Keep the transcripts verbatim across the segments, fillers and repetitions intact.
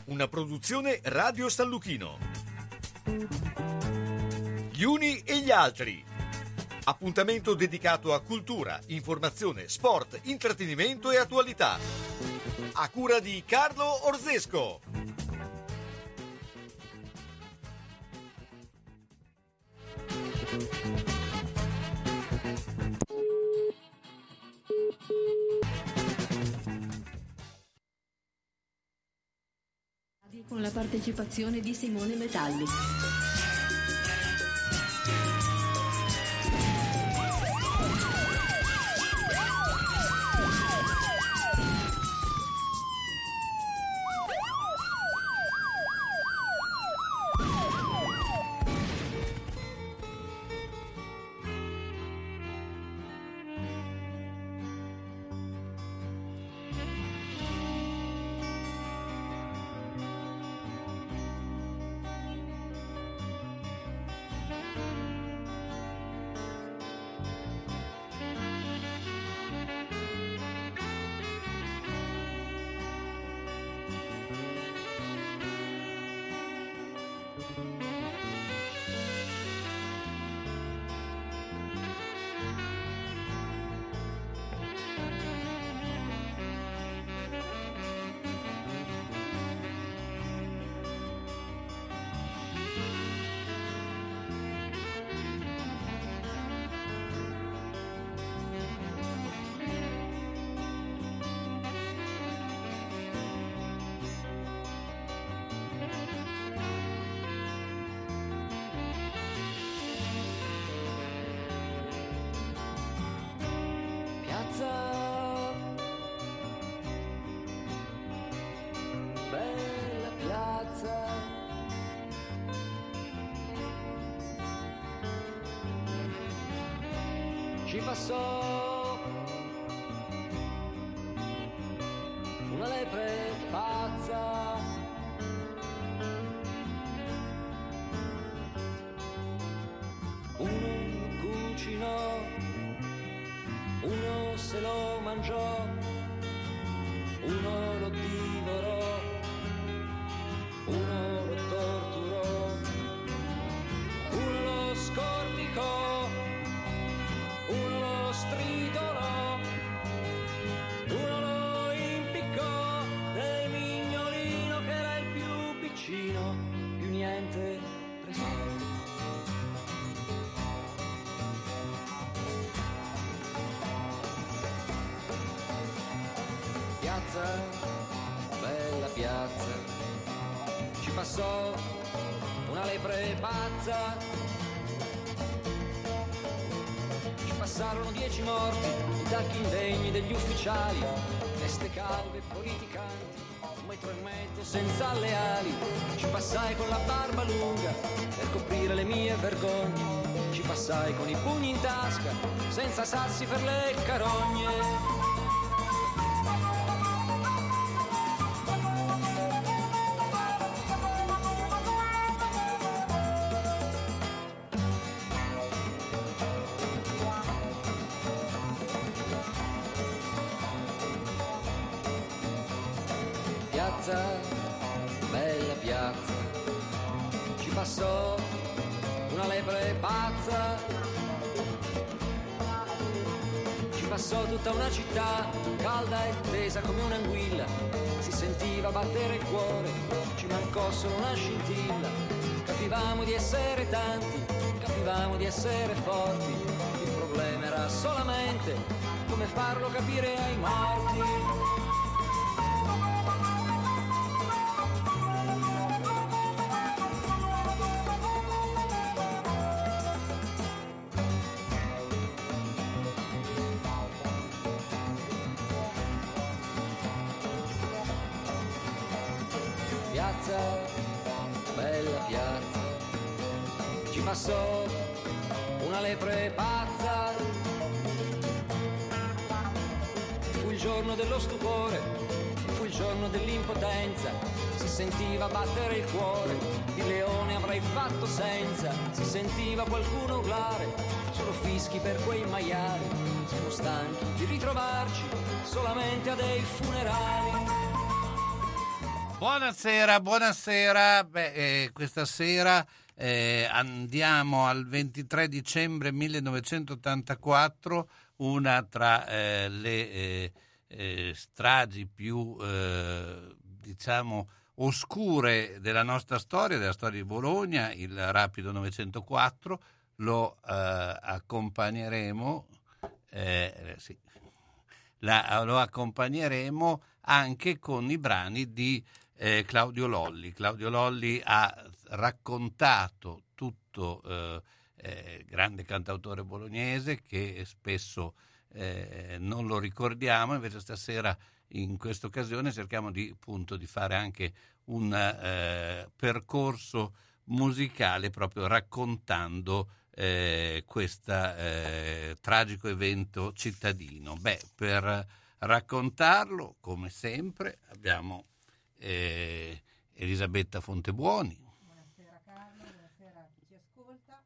Una produzione Radio San Luchino. Gli uni e gli altri. Appuntamento dedicato a cultura, informazione, sport, intrattenimento e attualità. A cura di Carlo Orzesco. Con la partecipazione di Simone Metalli. Bella piazza, ci passò una lepre pazza, uno cucinò, uno se lo mangiò, uno lo divorò, uno lo torturò, uno lo scorticò, uno lo stritolò, uno lo impiccò del mignolino che era il più piccino, più niente prestò. Piazza, bella piazza, ci passò una lepre pazza, ci passarono dieci morti, i tacchi indegni degli ufficiali, teste calve politicanti, un metro e mezzo senza le ali, ci passai con la barba lunga per coprire le mie vergogne, ci passai con i pugni in tasca, senza sassi per le carogne. Piazza, bella piazza, ci passò una lepre pazza, ci passò tutta una città, calda e tesa come un'anguilla, si sentiva battere il cuore, ci mancò solo una scintilla, capivamo di essere tanti, capivamo di essere forti, il problema era solamente come farlo capire ai morti. Piazza, bella piazza, ci passò una lepre pazza, fu il giorno dello stupore, fu il giorno dell'impotenza, si sentiva battere il cuore, il leone avrei fatto senza, si sentiva qualcuno urlare, solo fischi per quei maiali, siamo stanchi di ritrovarci solamente a dei funerali. Buonasera, buonasera. Beh, eh, questa sera eh, andiamo al ventitré dicembre millenovecentottantaquattro, una tra eh, le eh, eh, stragi più, eh, diciamo, oscure della nostra storia, della storia di Bologna, il Rapido novecentoquattro. Lo eh, accompagneremo, eh, sì, la, lo accompagneremo anche con i brani di eh, Claudio Lolli. Claudio Lolli ha raccontato tutto, eh, eh, grande cantautore bolognese che spesso eh, non lo ricordiamo, invece stasera in questa occasione cerchiamo di, appunto, di fare anche un eh, percorso musicale proprio raccontando eh, questo eh, tragico evento cittadino. Beh, per raccontarlo, come sempre, abbiamo eh, Elisabetta Fontebuoni. Buonasera Carlo, buonasera a chi ci ascolta.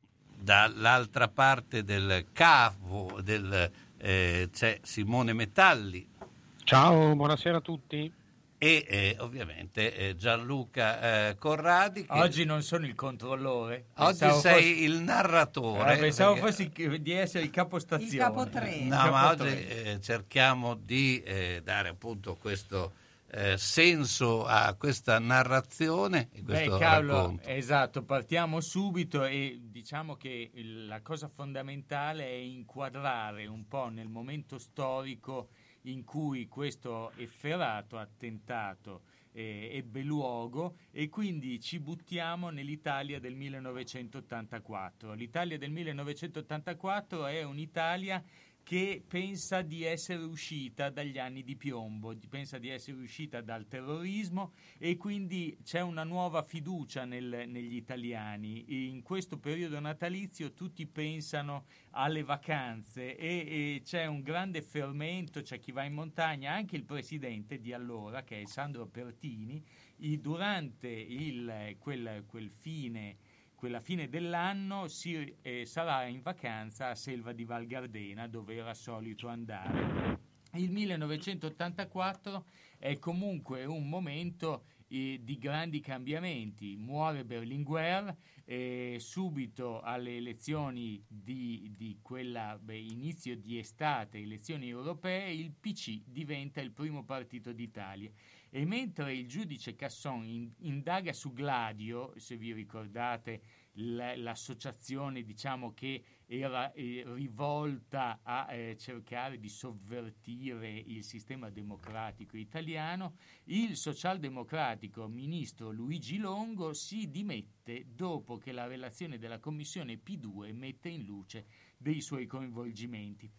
Dall'altra parte del cavo del, eh, c'è Simone Metalli. Ciao, buonasera a tutti. E eh, ovviamente eh, Gianluca eh, Corradi. Che oggi non sono il controllore. Oggi pensavo sei fossi... il narratore. Eh, pensavo perché... fossi di essere il capostazione. Il capotreno. No, capo ma oggi eh, cerchiamo di eh, dare appunto questo eh, senso a questa narrazione e questo Beh, Carlo, racconto. esatto, partiamo subito e diciamo che il, la cosa fondamentale è inquadrare un po' nel momento storico in cui questo efferato attentato eh, ebbe luogo, e quindi ci buttiamo nell'Italia del millenovecentottantaquattro. L'Italia del millenovecentottantaquattro è un'Italia che pensa di essere uscita dagli anni di piombo, pensa di essere uscita dal terrorismo, e quindi c'è una nuova fiducia nel, negli italiani. In questo periodo natalizio tutti pensano alle vacanze e, e c'è un grande fermento, c'è chi va in montagna, anche il presidente di allora, che è Sandro Pertini, durante il, quel, quel fine quella fine dell'anno si, eh, sarà in vacanza a Selva di Val Gardena, dove era solito andare. Il millenovecentottantaquattro è comunque un momento eh, di grandi cambiamenti. Muore Berlinguer, eh, subito alle elezioni di, di quella beh, inizio di estate, elezioni europee, il P C diventa il primo partito d'Italia. E mentre il giudice Casson in, indaga su Gladio, se vi ricordate l- l'associazione, diciamo, che era eh, rivolta a eh, cercare di sovvertire il sistema democratico italiano, il socialdemocratico ministro Luigi Longo si dimette dopo che la relazione della commissione P due mette in luce dei suoi coinvolgimenti.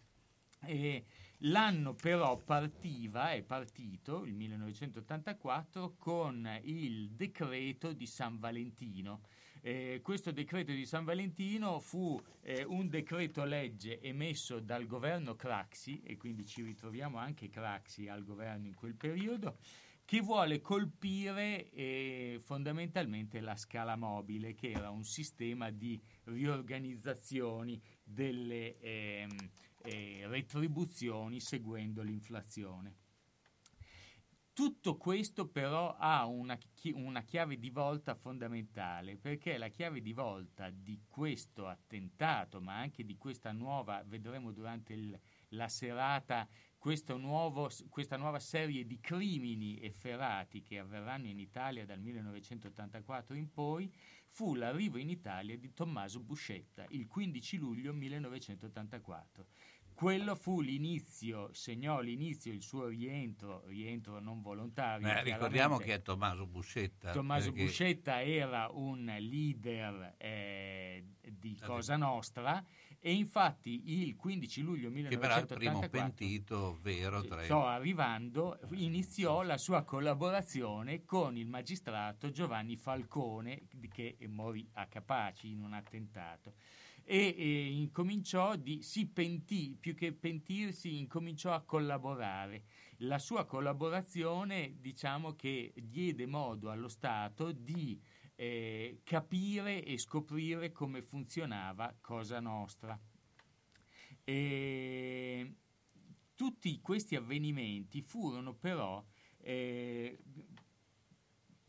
E l'anno però partiva, è partito, il millenovecentottantaquattro, con il decreto di San Valentino. Eh, questo decreto di San Valentino fu eh, un decreto legge emesso dal governo Craxi, e quindi ci ritroviamo anche Craxi al governo in quel periodo, che vuole colpire eh, fondamentalmente la scala mobile, che era un sistema di riorganizzazioni delle eh, eh, retribuzioni seguendo l'inflazione. Tutto questo però ha una, chi- una chiave di volta fondamentale, perché la chiave di volta di questo attentato, ma anche di questa nuova, vedremo durante il, la serata, questo nuovo, questa nuova serie di crimini efferati che avverranno in Italia dal millenovecentottantaquattro in poi, fu l'arrivo in Italia di Tommaso Buscetta il quindici luglio millenovecentottantaquattro. Quello fu l'inizio, segnò l'inizio, il suo rientro, rientro non volontario. Eh, ricordiamo che è Tommaso Buscetta. Tommaso perché... Buscetta era un leader eh, di Cosa Nostra, e infatti il quindici luglio millenovecentottantaquattro, che era il primo pentito vero tra i... sto arrivando, iniziò la sua collaborazione con il magistrato Giovanni Falcone, che morì a Capaci in un attentato. E, e incominciò di si pentì, più che pentirsi, incominciò a collaborare. La sua collaborazione, diciamo, che diede modo allo Stato di eh, capire e scoprire come funzionava Cosa Nostra. E tutti questi avvenimenti furono però eh,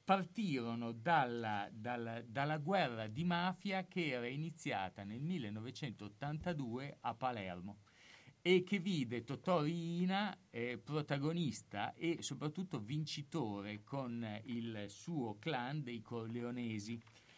partirono dalla, dalla, dalla guerra di mafia che era iniziata nel millenovecentottantadue a Palermo e che vide Totò Riina eh, protagonista e soprattutto vincitore con il suo clan dei Corleonesi.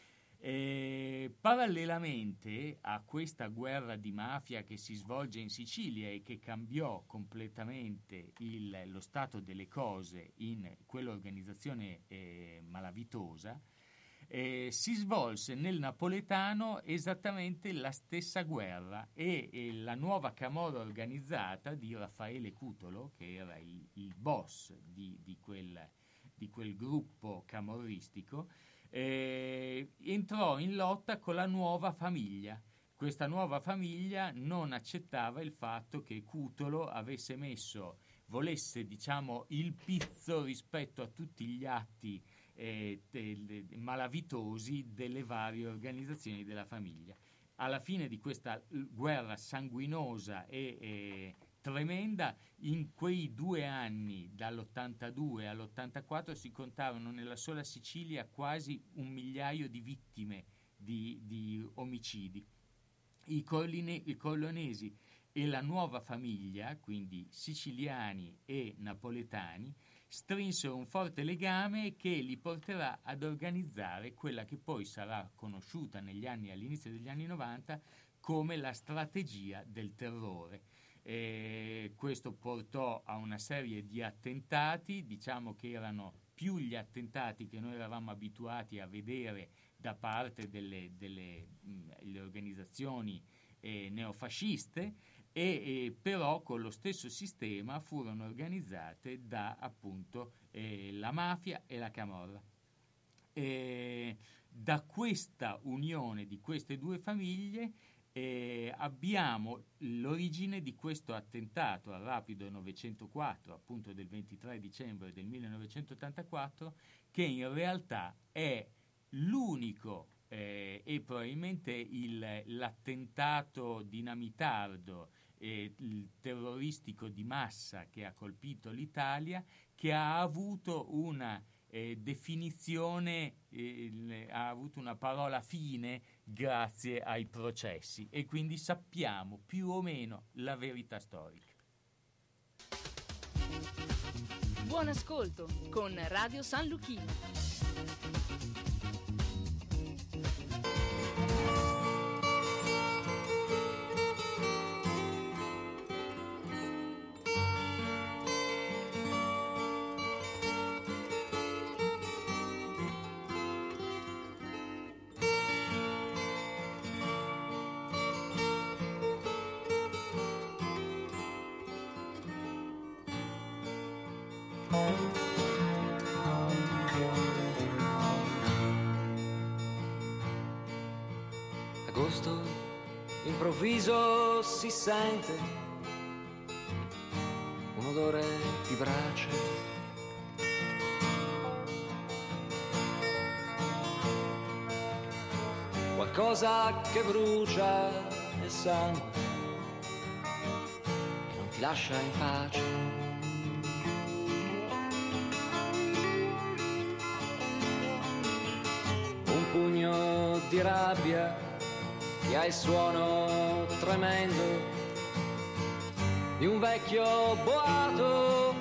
Eh, parallelamente a questa guerra di mafia che si svolge in Sicilia e che cambiò completamente il, lo stato delle cose in quell'organizzazione eh, malavitosa, eh, si svolse nel napoletano esattamente la stessa guerra e, e la nuova camorra organizzata di Raffaele Cutolo, che era il, il boss di, di, quel, di quel gruppo camorristico, Eh, entrò in lotta con la nuova famiglia. Questa nuova famiglia non accettava il fatto che Cutolo avesse messo, volesse diciamo il pizzo rispetto a tutti gli atti eh, de, de, malavitosi delle varie organizzazioni della famiglia. Alla fine di questa guerra sanguinosa e eh, tremenda, in quei due anni, dall'ottantadue all'ottantaquattro, si contarono nella sola Sicilia quasi un migliaio di vittime di, di omicidi. I, Corline, i Corleonesi e la nuova famiglia, quindi siciliani e napoletani, strinsero un forte legame che li porterà ad organizzare quella che poi sarà conosciuta negli anni, all'inizio degli anni novanta, come la strategia del terrore. Eh, questo portò a una serie di attentati, diciamo che erano più gli attentati che noi eravamo abituati a vedere da parte delle, delle mh, organizzazioni eh, neofasciste, e eh, però con lo stesso sistema furono organizzate da appunto eh, la mafia e la camorra. Eh, da questa unione di queste due famiglie Eh, abbiamo l'origine di questo attentato al Rapido novecentoquattro, appunto del ventitré dicembre del millenovecentottantaquattro, che in realtà è l'unico eh, e probabilmente il, l'attentato dinamitardo e il terroristico di massa che ha colpito l'Italia, che ha avuto una eh, definizione, eh, ha avuto una parola fine grazie ai processi, e quindi sappiamo più o meno la verità storica. Buon ascolto con Radio San Luchino. Agosto improvviso si sente un odore di brace, qualcosa che brucia nel sangue e non ti lascia in pace. Un pugno di rabbia che ha il suono tremendo di un vecchio boato,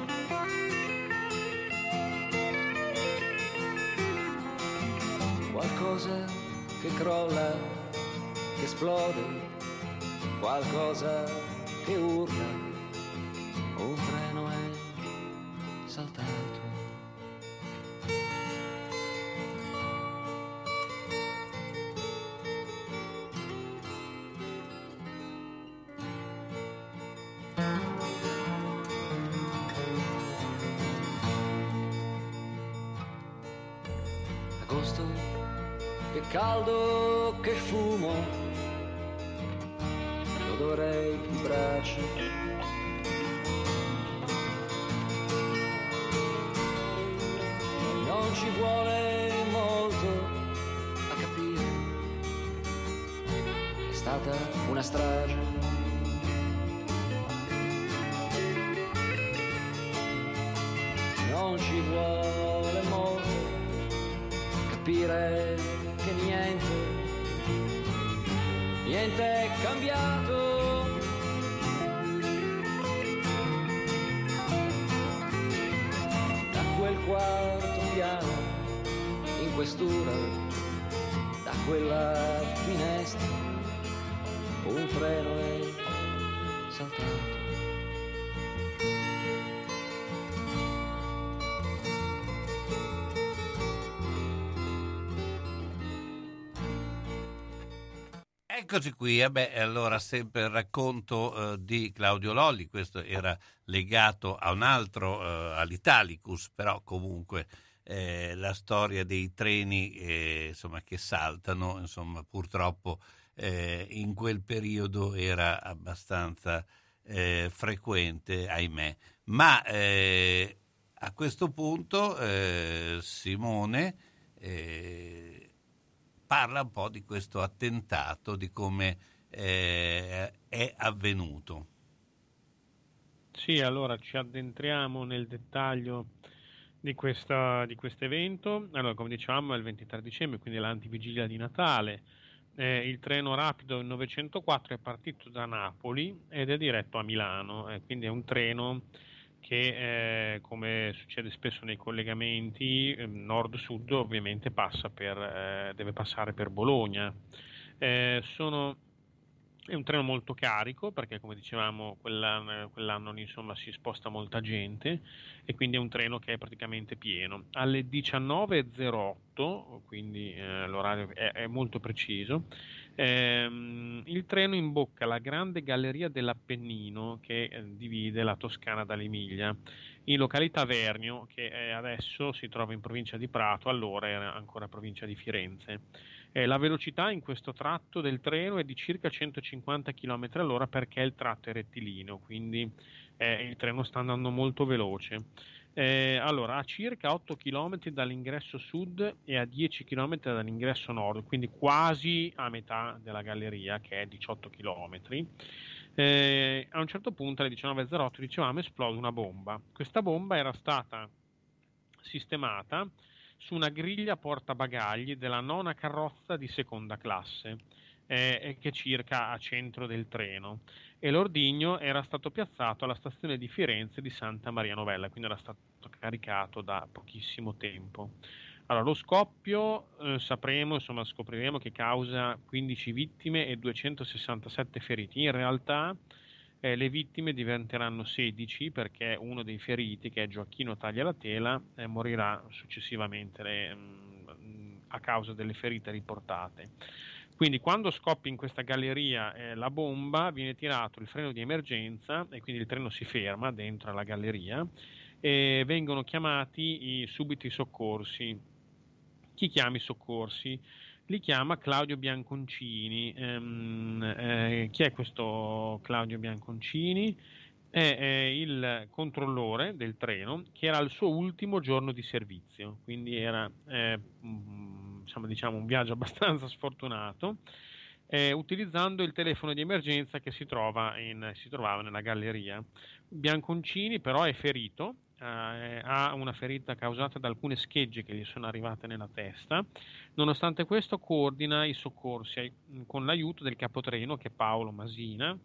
qualcosa che crolla, che esplode, qualcosa che urla, un treno è saltato. Agosto, che caldo, che fumo, l'odore di brace. Non ci vuole molto a capire, è stata una strage. Non ci vuole molto dire che niente, niente è cambiato. Da quel quarto piano in questura, da quella finestra, un freno è saltato. Eccoci qui, eh beh, allora sempre il racconto eh, di Claudio Lolli, questo era legato a un altro, eh, all'Italicus, però comunque eh, la storia dei treni eh, insomma, che saltano, insomma, purtroppo eh, in quel periodo era abbastanza eh, frequente, ahimè. Ma eh, a questo punto eh, Simone eh, parla un po' di questo attentato, di come eh, è avvenuto. Sì, allora ci addentriamo nel dettaglio di questa, di questo evento. Allora, come dicevamo, è il ventitré dicembre, quindi l'antivigilia di Natale. Eh, il treno rapido novecentoquattro è partito da Napoli ed è diretto a Milano, eh, quindi è un treno che, eh, come succede spesso nei collegamenti eh, nord-sud, ovviamente passa per, eh, deve passare per Bologna. Eh, sono, è un treno molto carico perché, come dicevamo, quell'anno, quell'anno insomma, si sposta molta gente e quindi è un treno che è praticamente pieno. Alle diciannove e zero otto, quindi eh, l'orario è, è molto preciso, ehm, il treno imbocca la grande galleria dell'Appennino che eh, divide la Toscana dall'Emilia, in località Vernio, che eh, adesso si trova in provincia di Prato, allora era ancora provincia di Firenze. Eh, la velocità in questo tratto del treno è di circa centocinquanta chilometri all'ora perché il tratto è rettilineo, quindi eh, il treno sta andando molto veloce. Eh, allora, a circa otto chilometri dall'ingresso sud e a dieci chilometri dall'ingresso nord, quindi quasi a metà della galleria, che è diciotto chilometri. Eh, a un certo punto, alle diciannove e zero otto, dicevamo, esplode una bomba. Questa bomba era stata sistemata su una griglia portabagagli della nona carrozza di seconda classe, eh, che è circa a centro del treno, e l'ordigno era stato piazzato alla stazione di Firenze di Santa Maria Novella, quindi era stato caricato da pochissimo tempo. Allora, lo scoppio eh, sapremo, insomma, scopriremo che causa quindici vittime e duecentosessantasette feriti. In realtà eh, le vittime diventeranno sedici perché uno dei feriti, che è Gioacchino Taglialatela, eh, morirà successivamente eh, a causa delle ferite riportate. Quindi quando scoppia in questa galleria eh, la bomba, viene tirato il freno di emergenza e quindi il treno si ferma dentro alla galleria e vengono chiamati i, subito i soccorsi. Chi chiama i soccorsi? Li chiama Claudio Bianconcini. Ehm, eh, chi è questo Claudio Bianconcini? È, è il controllore del treno che era al suo ultimo giorno di servizio, quindi era eh, insomma, diciamo, un viaggio abbastanza sfortunato, eh, utilizzando il telefono di emergenza che si, trova in, si trovava nella galleria. Bianconcini però è ferito, eh, ha una ferita causata da alcune schegge che gli sono arrivate nella testa. Nonostante questo coordina i soccorsi con l'aiuto del capotreno, che è Paolo Masina,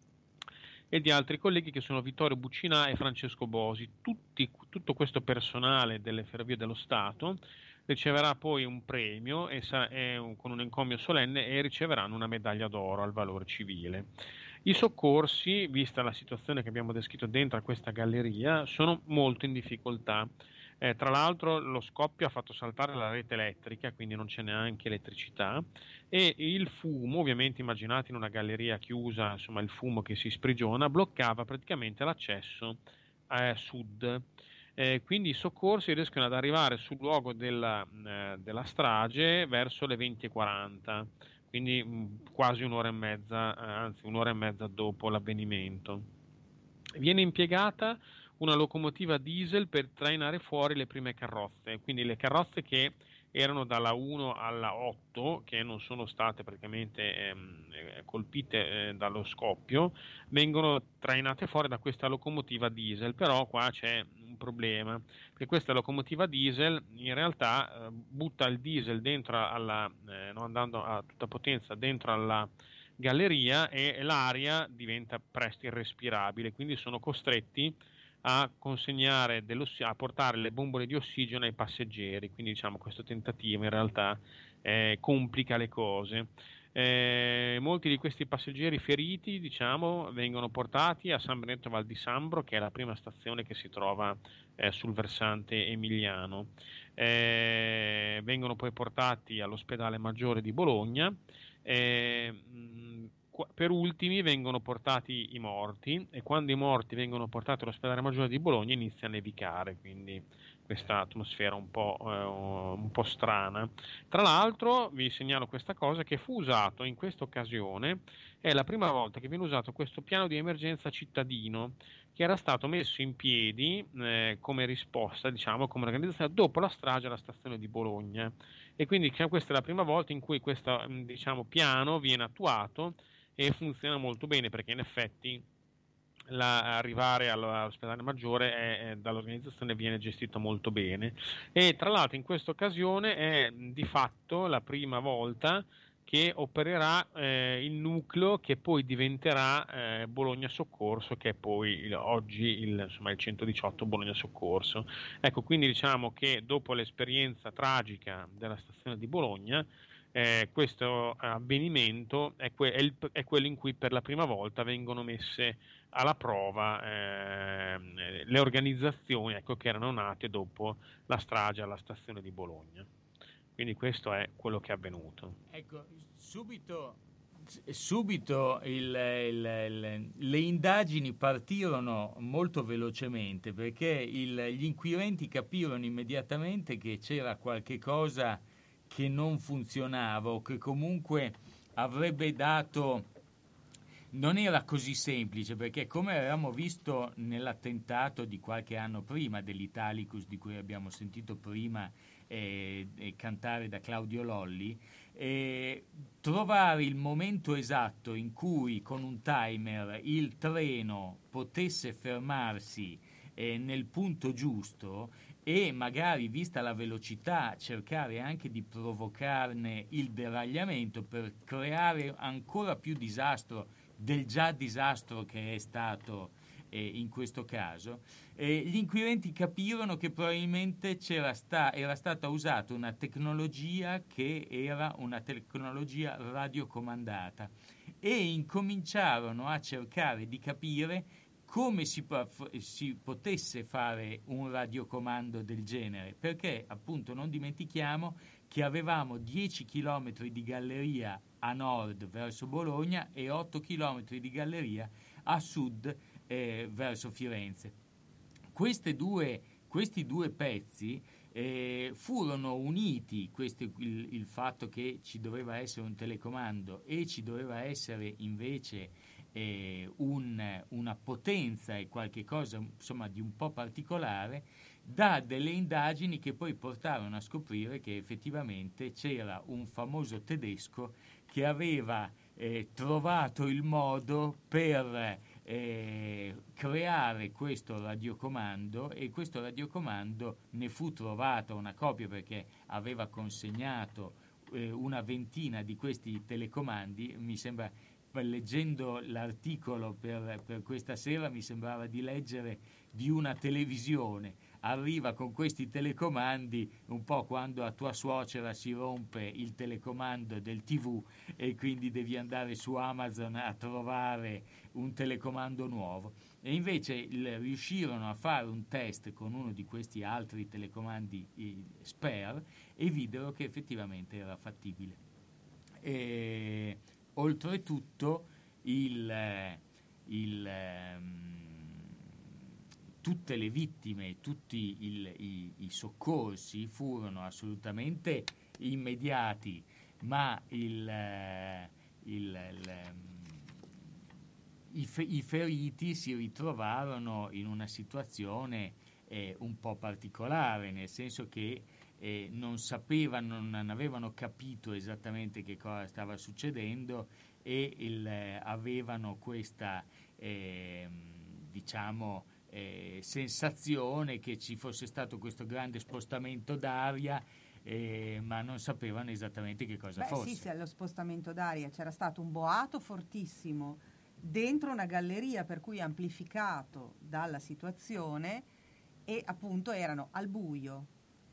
e di altri colleghi che sono Vittorio Buccinà e Francesco Bosi. Tutti, tutto questo personale delle Ferrovie dello Stato riceverà poi un premio e sa, è un, con un encomio solenne, e riceveranno una medaglia d'oro al valore civile. I soccorsi, vista la situazione che abbiamo descritto dentro a questa galleria, sono molto in difficoltà. Eh, tra l'altro lo scoppio ha fatto saltare la rete elettrica, quindi non c'è neanche elettricità, e il fumo, ovviamente immaginate in una galleria chiusa, insomma il fumo che si sprigiona, bloccava praticamente l'accesso a sud. Eh, quindi i soccorsi riescono ad arrivare sul luogo della, eh, della strage verso le venti e quaranta, quindi mh, quasi un'ora e mezza, eh, anzi un'ora e mezza dopo l'avvenimento. Viene impiegata una locomotiva diesel per trainare fuori le prime carrozze, quindi le carrozze che erano dalla uno alla otto, che non sono state praticamente ehm, colpite eh, dallo scoppio, vengono trainate fuori da questa locomotiva diesel. Però qua c'è un problema, perché questa locomotiva diesel in realtà eh, butta il diesel dentro alla, eh, non andando a tutta potenza, dentro alla galleria, e l'aria diventa presto irrespirabile, quindi sono costretti a consegnare a portare le bombole di ossigeno ai passeggeri, quindi diciamo questo tentativo in realtà eh, complica le cose. Eh, molti di questi passeggeri feriti, diciamo, vengono portati a San Benedetto Val di Sambro, che è la prima stazione che si trova eh, sul versante emiliano. Eh, vengono poi portati all'ospedale maggiore di Bologna. Eh, mh, per ultimi vengono portati i morti, e quando i morti vengono portati all'ospedale maggiore di Bologna inizia a nevicare, quindi questa atmosfera un po', eh, un po' strana. Tra l'altro vi segnalo questa cosa, che fu usato in questa occasione, è la prima volta che viene usato questo piano di emergenza cittadino, che era stato messo in piedi eh, come risposta, diciamo, come organizzazione dopo la strage alla stazione di Bologna, e quindi questa è la prima volta in cui questo, diciamo, piano viene attuato e funziona molto bene, perché in effetti la, arrivare all'ospedale maggiore è, è, dall'organizzazione viene gestito molto bene. E tra l'altro in questa occasione è di fatto la prima volta che opererà eh, il nucleo che poi diventerà eh, Bologna Soccorso, che è poi il, oggi il, insomma, il centodiciotto Bologna Soccorso. Ecco, quindi diciamo che dopo l'esperienza tragica della stazione di Bologna, Eh, questo avvenimento è, que- è, il- è quello in cui per la prima volta vengono messe alla prova eh, le organizzazioni, ecco, che erano nate dopo la strage alla stazione di Bologna. Quindi questo è quello che è avvenuto. Ecco, subito, subito il, il, il, le indagini partirono molto velocemente, perché il, gli inquirenti capirono immediatamente che c'era qualche cosa che non funzionava, o che comunque avrebbe dato, non era così semplice, perché come avevamo visto nell'attentato di qualche anno prima dell'Italicus, di cui abbiamo sentito prima eh, eh, cantare da Claudio Lolli, eh, trovare il momento esatto in cui con un timer il treno potesse fermarsi eh, nel punto giusto, e magari, vista la velocità, cercare anche di provocarne il deragliamento per creare ancora più disastro del già disastro che è stato eh, in questo caso. Eh, gli inquirenti capirono che probabilmente c'era sta, era stata usata una tecnologia che era una tecnologia radiocomandata, e incominciarono a cercare di capire come si, si potesse fare un radiocomando del genere, perché appunto non dimentichiamo che avevamo dieci chilometri di galleria a nord verso Bologna e otto chilometri di galleria a sud eh, verso Firenze. Queste due, questi due pezzi eh, furono uniti, questo, il, il fatto che ci doveva essere un telecomando e ci doveva essere invece Eh, un, una potenza e qualche cosa, insomma, di un po' particolare, da delle indagini che poi portarono a scoprire che effettivamente c'era un famoso tedesco che aveva eh, trovato il modo per eh, creare questo radiocomando, e questo radiocomando ne fu trovata una copia, perché aveva consegnato eh, una ventina di questi telecomandi. Mi sembra, leggendo l'articolo per, per questa sera, mi sembrava di leggere di una televisione. Arriva con questi telecomandi, un po' quando a tua suocera si rompe il telecomando del tivù e quindi devi andare su Amazon a trovare un telecomando nuovo. E invece il, riuscirono a fare un test con uno di questi altri telecomandi spare e videro che effettivamente era fattibile. E oltretutto il, il, tutte le vittime, tutti il, i, i soccorsi furono assolutamente immediati, ma il, il, il, i, i feriti si ritrovarono in una situazione eh, un po' particolare, nel senso che Eh, non sapevano, non avevano capito esattamente che cosa stava succedendo, e il, eh, avevano questa eh, diciamo eh, sensazione che ci fosse stato questo grande spostamento d'aria, eh, ma non sapevano esattamente che cosa Beh, fosse. sì, sì, allo spostamento d'aria c'era stato un boato fortissimo dentro una galleria, per cui amplificato dalla situazione, e appunto erano al buio.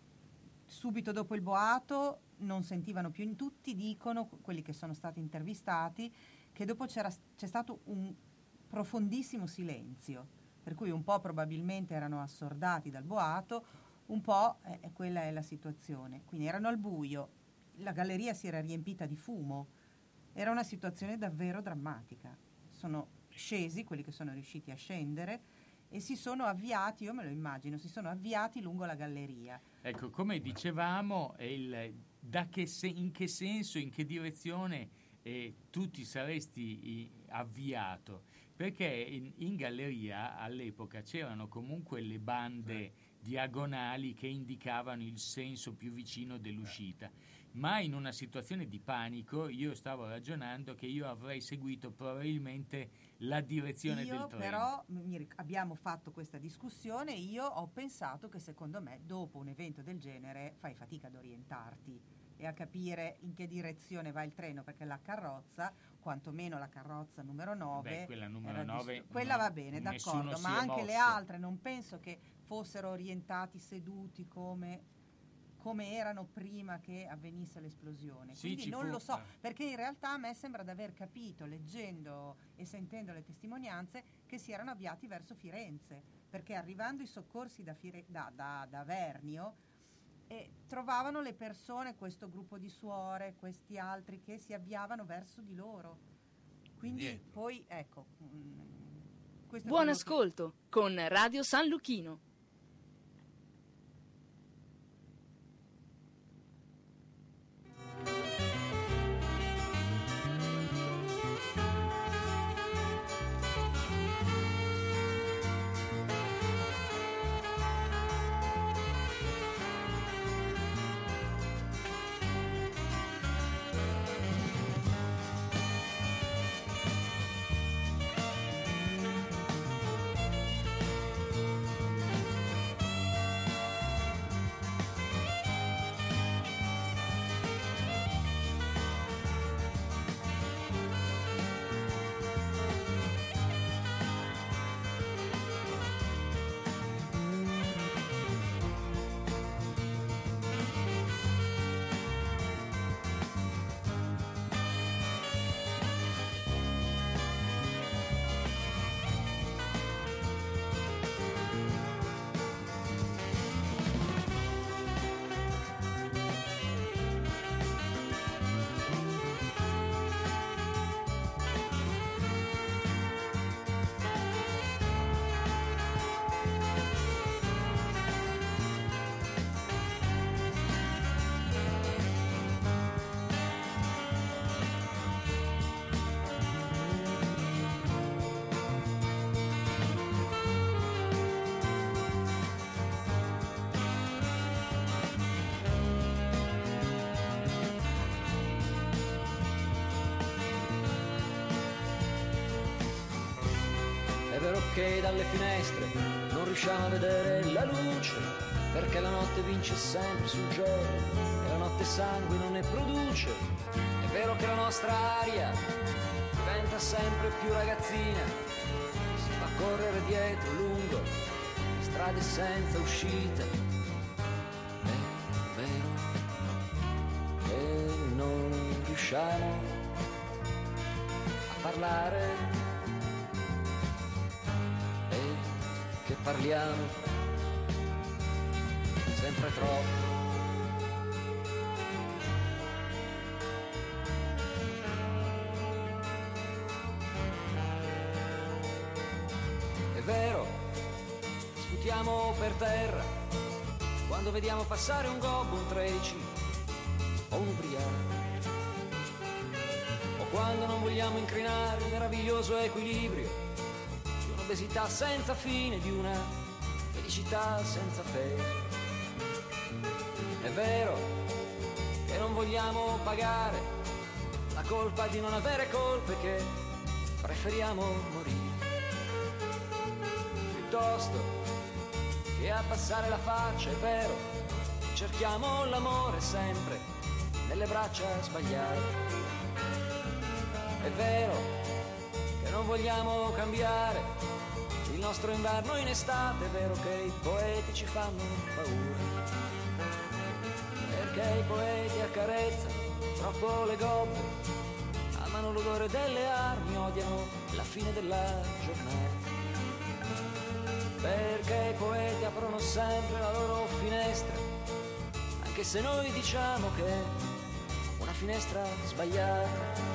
Subito dopo il boato non sentivano più, tutti dicono, quelli che sono stati intervistati, che dopo c'era, c'è stato un profondissimo silenzio, per cui un po' probabilmente erano assordati dal boato, un po' eh, quella è la situazione. Quindi erano al buio, la galleria si era riempita di fumo, era una situazione davvero drammatica. Sono scesi quelli che sono riusciti a scendere e si sono avviati, io me lo immagino, si sono avviati lungo la galleria. Ecco, come dicevamo, il, da che se, in che senso, in che direzione eh, tu ti saresti eh, avviato? Perché in, in galleria all'epoca c'erano comunque le bande diagonali che indicavano il senso più vicino dell'uscita, ma in una situazione di panico io stavo ragionando che io avrei seguito probabilmente la direzione io, del treno. Però mi, ric- abbiamo fatto questa discussione, io ho pensato che secondo me dopo un evento del genere fai fatica ad orientarti e a capire in che direzione va il treno, perché la carrozza, quantomeno la carrozza numero nove, Beh, quella numero nove dist- quella no, va bene, d'accordo, ma anche le altre non penso che fossero orientati seduti come come erano prima che avvenisse l'esplosione. Sì, Quindi non fu... lo so, perché in realtà a me sembra di aver capito, leggendo e sentendo le testimonianze, che si erano avviati verso Firenze, perché arrivando i soccorsi da, Fire- da, da, da Vernio eh, trovavano le persone, questo gruppo di suore, questi altri che si avviavano verso di loro. Quindi Indietro. poi ecco mh, questo è Buon quello ascolto con Radio San Luchino. È vero che dalle finestre non riusciamo a vedere la luce, perché la notte vince sempre sul giorno e la notte sangue non ne produce. È vero che la nostra aria diventa sempre più ragazzina, si fa correre dietro lungo le strade senza uscita. È vero che non riusciamo a parlare, che parliamo sempre troppo. È vero, sputiamo per terra quando vediamo passare un gobbo, un tredici o un ubriaco, o quando non vogliamo incrinare il meraviglioso equilibrio obesità senza fine, di una felicità senza fede. È vero che non vogliamo pagare la colpa di non avere colpe, che preferiamo morire piuttosto che abbassare la faccia, è vero, cerchiamo l'amore sempre nelle braccia sbagliate. È vero che non vogliamo cambiare il nostro inverno in estate, è vero che i poeti ci fanno paura, perché i poeti accarezzano troppo le gobbe, amano l'odore delle armi, odiano la fine della giornata, perché i poeti aprono sempre la loro finestra, anche se noi diciamo che è una finestra sbagliata.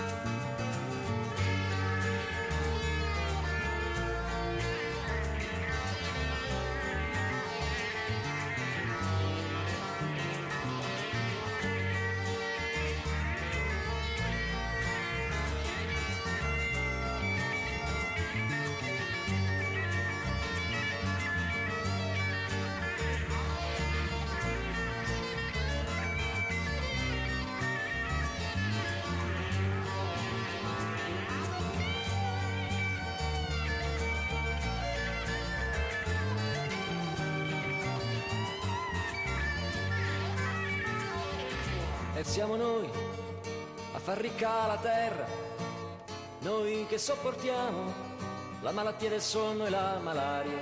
E siamo noi a far ricca la terra, noi che sopportiamo la malattia del sonno e la malaria.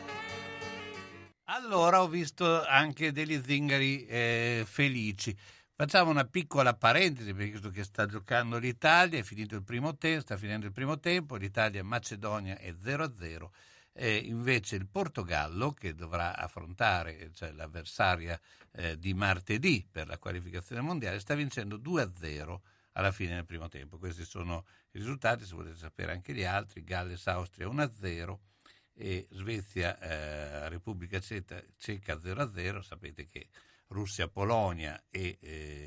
Allora ho visto anche degli zingari eh, felici. Facciamo una piccola parentesi, perché visto che sta giocando l'Italia, è finito il primo tempo, sta finendo il primo tempo, l'Italia e Macedonia è zero a zero. E invece il Portogallo, che dovrà affrontare, cioè l'avversaria eh, di martedì per la qualificazione mondiale, sta vincendo due a zero alla fine del primo tempo. Questi sono i risultati, se volete sapere anche gli altri: Galles-Austria uno a zero e Svezia eh, Repubblica Ceca, Ceca zero a zero. Sapete che Russia-Polonia e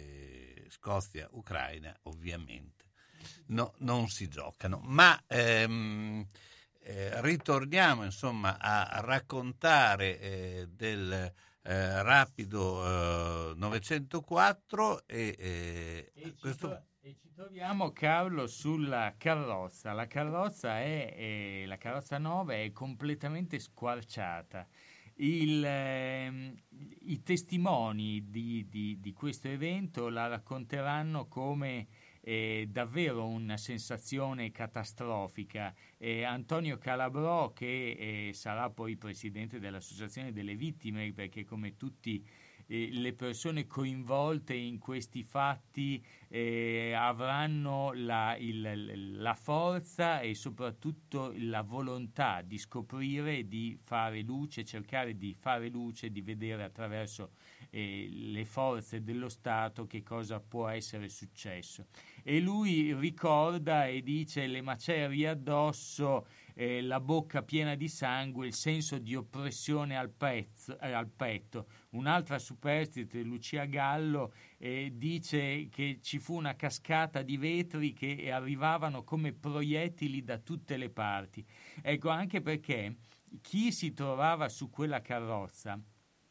eh, Scozia-Ucraina ovviamente no, non si giocano, ma ehm, Eh, ritorniamo insomma a raccontare eh, del eh, rapido eh, novecentoquattro e, eh, e, questo... ci to- e ci troviamo, Carlo, sulla carrozza. La carrozza è, è la carrozza nove è completamente squarciata. Il, eh, i testimoni di, di, di questo evento la racconteranno come eh, davvero una sensazione catastrofica. Eh, Antonio Calabrò, che eh, sarà poi presidente dell'Associazione delle Vittime, perché come tutti eh, le persone coinvolte in questi fatti eh, avranno la, il, la forza e soprattutto la volontà di scoprire, di fare luce, cercare di fare luce, di vedere attraverso eh, le forze dello Stato che cosa può essere successo. E lui ricorda e dice: le macerie addosso, eh, la bocca piena di sangue, il senso di oppressione al, pezzo, eh, al petto. Un'altra superstite, Lucia Gallo, eh, dice che ci fu una cascata di vetri che arrivavano come proiettili da tutte le parti. Ecco, anche perché chi si trovava su quella carrozza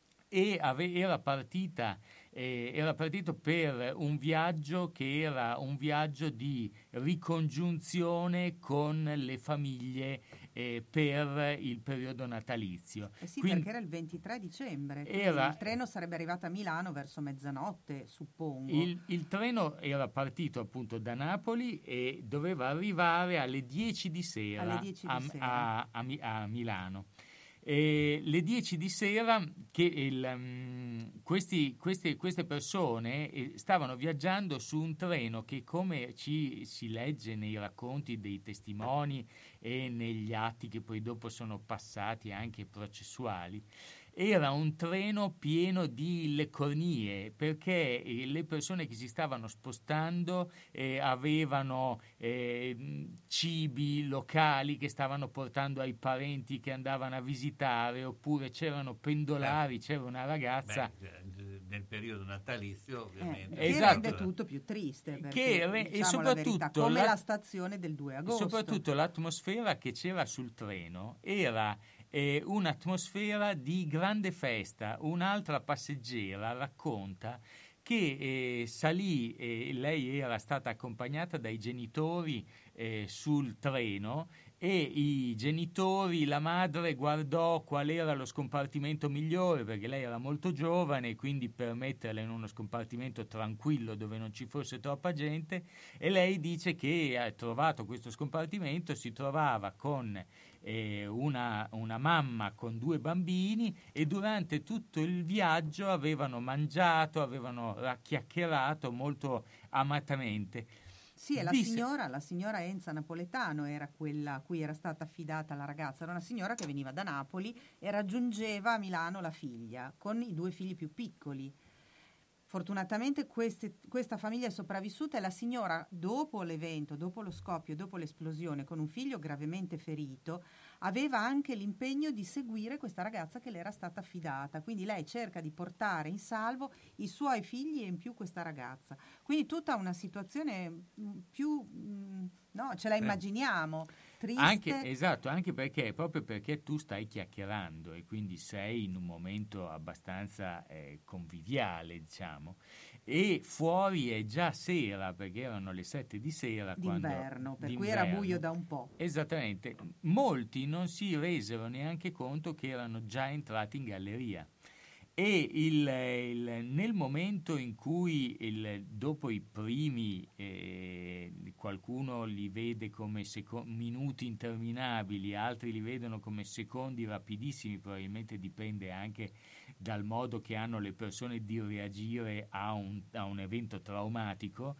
e ave- era partita eh, era partito per un viaggio che era un viaggio di ricongiunzione con le famiglie eh, per il periodo natalizio. Eh sì, Quindi, perché era il ventitré dicembre, era, il treno sarebbe arrivato a Milano verso mezzanotte, suppongo. Il, il treno era partito appunto da Napoli e doveva arrivare alle dieci di sera, alle dieci di a, sera. A, a, a Milano. E le dieci di sera che il, um, questi, queste, queste persone eh, stavano viaggiando su un treno che, come ci si legge nei racconti dei testimoni e negli atti che poi dopo sono passati anche processuali, era un treno pieno di le cornie, perché eh, le persone che si stavano spostando eh, avevano eh, cibi locali che stavano portando ai parenti che andavano a visitare, oppure c'erano pendolari, c'era una ragazza... Beh, nel periodo natalizio ovviamente. Eh, che esatto. rende tutto più triste, perché, Che re- diciamo e soprattutto la verità, come la, la stazione del due agosto. Soprattutto l'atmosfera che c'era sul treno era eh, un'atmosfera di grande festa. Un'altra passeggera racconta che eh, salì, eh, lei era stata accompagnata dai genitori eh, sul treno e i genitori, la madre guardò qual era lo scompartimento migliore, perché lei era molto giovane, quindi per metterla in uno scompartimento tranquillo dove non ci fosse troppa gente, e lei dice che ha trovato questo scompartimento, si trovava con eh, una, una mamma con due bambini, e durante tutto il viaggio avevano mangiato, avevano chiacchierato molto amatamente. Sì, e la Disse- signora, la signora Enza Napoletano era quella a cui era stata affidata la ragazza, era una signora che veniva da Napoli e raggiungeva a Milano la figlia, con i due figli più piccoli. Fortunatamente queste, questa famiglia è sopravvissuta, e la signora, dopo l'evento, dopo lo scoppio, dopo l'esplosione, con un figlio gravemente ferito, aveva anche l'impegno di seguire questa ragazza che le era stata affidata. Quindi lei cerca di portare in salvo i suoi figli e in più questa ragazza. Quindi tutta una situazione mh, più, mh, no, ce la immaginiamo, triste. Anche, esatto, anche perché proprio perché tu stai chiacchierando e quindi sei in un momento abbastanza eh, conviviale, diciamo, e fuori è già sera, perché erano le sette di sera d'inverno, quando, per cui era buio da un po'. Esattamente, molti non si resero neanche conto che erano già entrati in galleria. E il, il, nel momento in cui il, dopo i primi eh, qualcuno li vede come seco- minuti interminabili, altri li vedono come secondi rapidissimi, probabilmente dipende anche dal modo che hanno le persone di reagire a un, a un evento traumatico.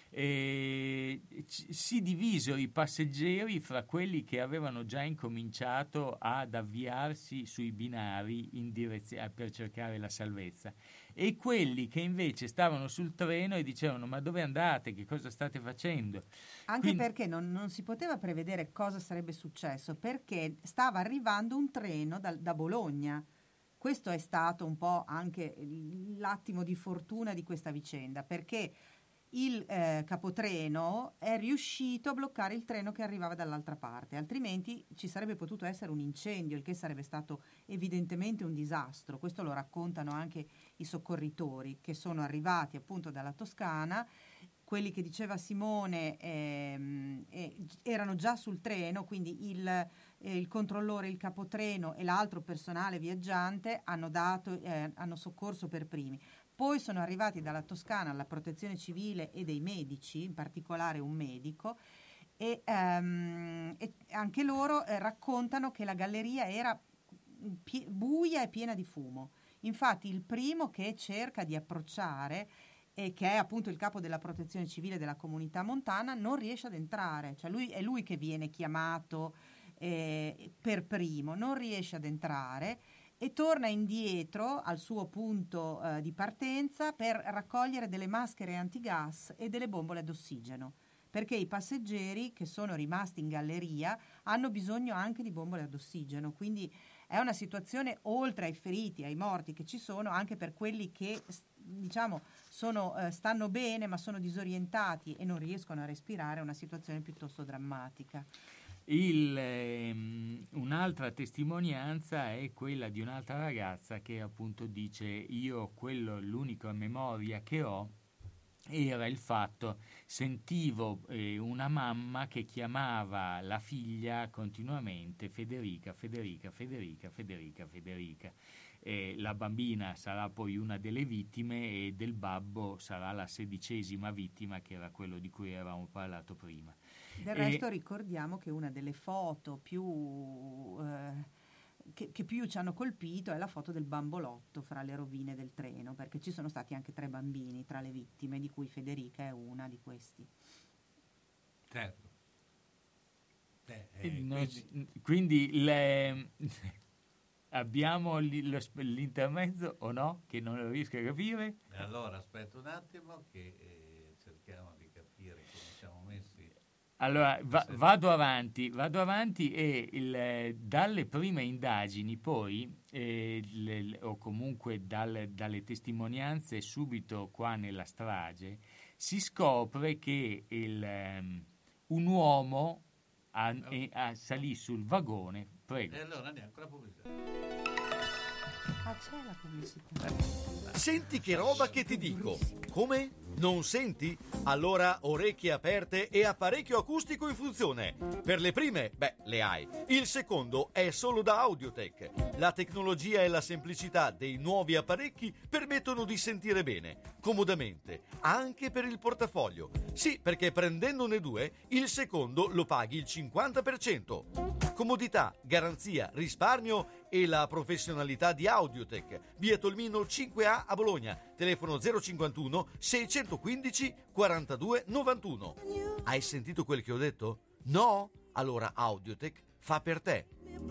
E si divisero i passeggeri fra quelli che avevano già incominciato ad avviarsi sui binari in direzio- per cercare la salvezza, e quelli che invece stavano sul treno e dicevano: ma dove andate? Che cosa state facendo? Anche Quindi, perché non, non si poteva prevedere cosa sarebbe successo, perché stava arrivando un treno da, da Bologna. Questo è stato un po' anche l'attimo di fortuna di questa vicenda, perché il eh, capotreno è riuscito a bloccare il treno che arrivava dall'altra parte, altrimenti ci sarebbe potuto essere un incendio, il che sarebbe stato evidentemente un disastro. Questo lo raccontano anche i soccorritori che sono arrivati appunto dalla Toscana. Quelli che diceva Simone ehm, eh, erano già sul treno, quindi il, eh, il controllore, il capotreno e l'altro personale viaggiante hanno, dato, eh, hanno soccorso per primi. Poi sono arrivati dalla Toscana la protezione civile e dei medici, in particolare un medico, e, um, e anche loro eh, raccontano che la galleria era pie- buia e piena di fumo. Infatti il primo che cerca di approcciare, e che è appunto il capo della protezione civile della comunità montana, non riesce ad entrare, cioè lui, è lui che viene chiamato eh, per primo, non riesce ad entrare e torna indietro al suo punto eh, di partenza per raccogliere delle maschere antigas e delle bombole d'ossigeno, perché i passeggeri che sono rimasti in galleria hanno bisogno anche di bombole ad ossigeno. Quindi è una situazione, oltre ai feriti, ai morti che ci sono, anche per quelli che diciamo sono, eh, stanno bene ma sono disorientati e non riescono a respirare, è una situazione piuttosto drammatica. Il, ehm, un'altra testimonianza è quella di un'altra ragazza che appunto dice: io quello, l'unica memoria che ho era il fatto, sentivo eh, una mamma che chiamava la figlia continuamente Federica, Federica, Federica, Federica, Federica. Eh, la bambina sarà poi una delle vittime e del babbo sarà la sedicesima vittima, che era quello di cui avevamo parlato prima. Del resto ricordiamo che una delle foto più eh, che, che più ci hanno colpito è la foto del bambolotto fra le rovine del treno, perché ci sono stati anche tre bambini tra le vittime, di cui Federica è una di questi. Certo. Eh, eh, quindi, quindi le, abbiamo l'intermezzo o no? Che non lo riesco a capire. Allora aspetta un attimo che eh, cerchiamo di capire come siamo messi. Allora va, vado avanti, vado avanti e il, dalle prime indagini poi, eh, le, o comunque dal, dalle testimonianze subito qua nella strage, si scopre che il, um, un uomo a, a, a, salì sul vagone. Prego. E allora andiamo con la pubblicità. Ah, c'è la pubblicità. Senti che roba che ti dico. Come? Non senti? Allora orecchie aperte e apparecchio acustico in funzione. Per le prime, beh, le hai. Il secondo è solo da Audiotech. La tecnologia e la semplicità dei nuovi apparecchi permettono di sentire bene, comodamente, anche per il portafoglio. Sì, perché prendendone due, il secondo lo paghi il cinquanta per cento. Comodità, garanzia, risparmio e la professionalità di Audiotech. Via Tolmino cinque A a Bologna. Telefono zero cinquantuno seicentoquindici quarantadue novantuno. Hai sentito quel che ho detto? No? Allora Audiotech fa per te.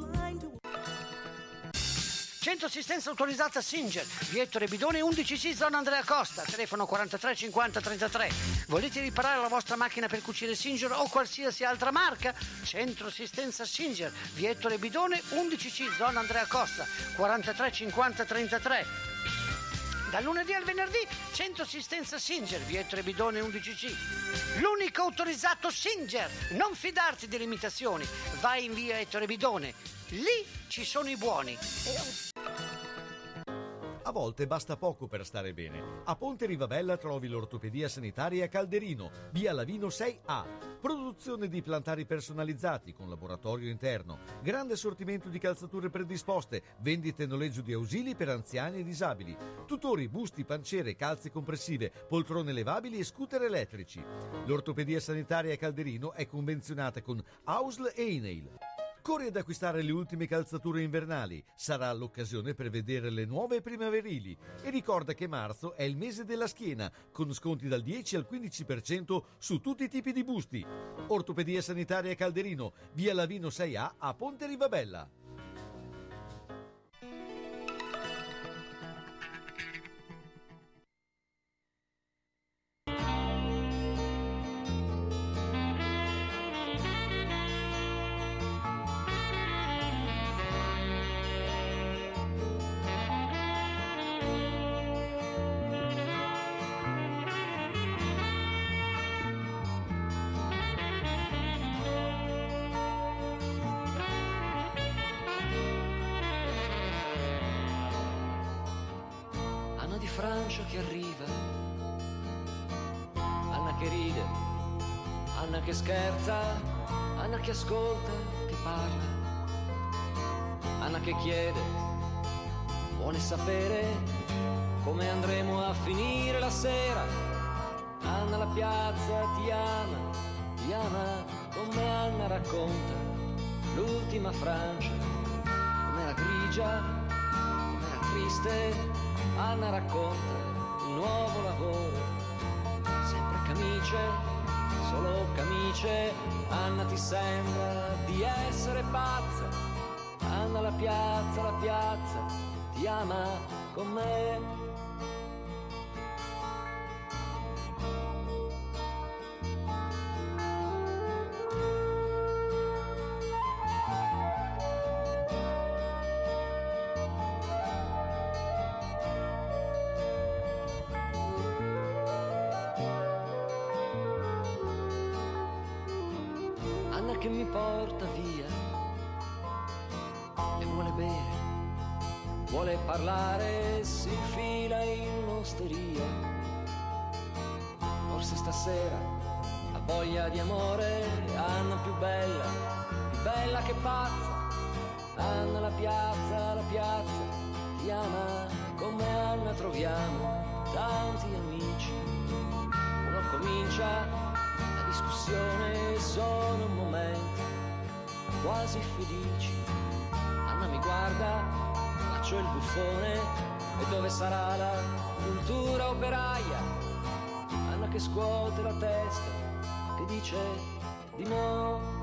Centro assistenza autorizzata Singer, via Ettore Bidone undici C, zona Andrea Costa, telefono quarantatré cinquanta trentatré. Volete riparare la vostra macchina per cucire Singer o qualsiasi altra marca? Centro assistenza Singer, via Ettore Bidone undici C, zona Andrea Costa, quarantatré cinquanta trentatré. Dal lunedì al venerdì, Centro assistenza Singer, via Ettore Bidone undici C. L'unico autorizzato Singer. Non fidarti delle imitazioni. Vai in via Ettore Bidone. Lì ci sono i buoni. A volte basta poco per stare bene. A Ponte Rivabella trovi l'ortopedia sanitaria Calderino, via Lavino sei A. Produzione di plantari personalizzati con laboratorio interno, grande assortimento di calzature predisposte, vendita e noleggio di ausili per anziani e disabili, tutori, busti, panciere, calze compressive, poltrone levabili e scooter elettrici. L'ortopedia sanitaria Calderino è convenzionata con A U S L e I N E I L. Corri ad acquistare le ultime calzature invernali, sarà l'occasione per vedere le nuove primaverili. E ricorda che marzo è il mese della schiena, con sconti dal dieci al quindici per cento su tutti i tipi di busti. Ortopedia sanitaria Calderino, via Lavino sei A a Ponte Rivabella. Francia che arriva, Anna che ride, Anna che scherza, Anna che ascolta, che parla, Anna che chiede, vuole sapere come andremo a finire la sera. Anna la piazza ti ama, ti ama come Anna racconta l'ultima Francia, com'era grigia, com'era triste. Anna racconta il nuovo lavoro, sempre camicie, solo camicie. Anna ti sembra di essere pazza, Anna la piazza, la piazza ti ama con me. Che mi porta via e vuole bere, vuole parlare, si infila in un'osteria. Forse stasera ha voglia di amore, Anna più bella, più bella che pazza. Anna la piazza, la piazza ti ama, come Anna troviamo tanti amici. Uno comincia discussione, sono momenti quasi felici. Anna mi guarda, faccio il buffone, e dove sarà la cultura operaia? Anna che scuote la testa, che dice di no.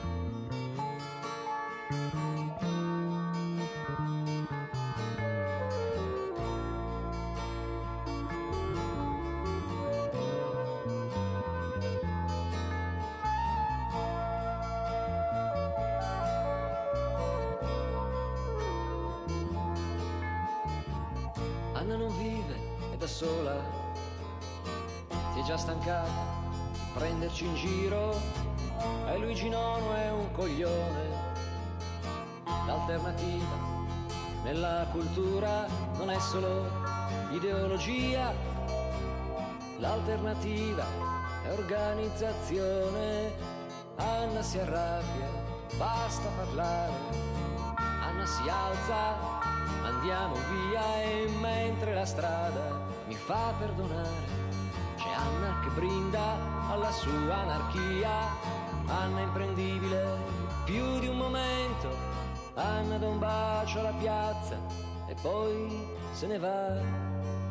Anna non vive, è da sola, si è già stancata di prenderci in giro, e Luigi Nono è un coglione. L'alternativa nella cultura non è solo ideologia, l'alternativa è organizzazione. Anna si arrabbia, basta parlare, Anna si alza, andiamo via, e mentre la strada mi fa perdonare, c'è Anna che brinda alla sua anarchia. Anna imprendibile più di un momento, Anna dà un bacio alla piazza e poi se ne va.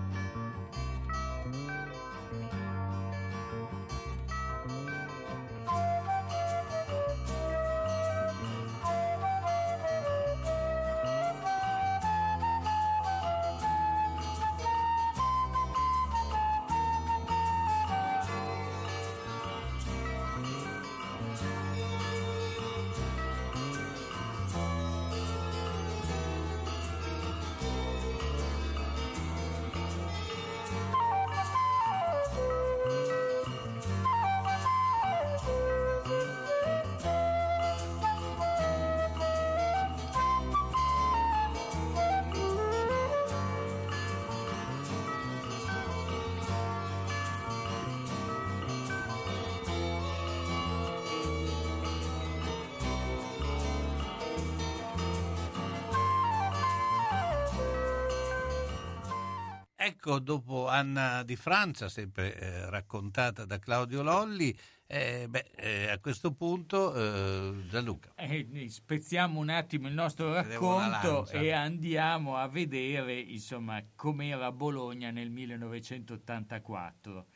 Ecco, dopo Anna di Francia, sempre eh, raccontata da Claudio Lolli, eh, beh, eh, a questo punto eh, Gianluca. Eh, spezziamo un attimo il nostro racconto e andiamo a vedere, insomma, com'era Bologna nel millenovecentottantaquattro.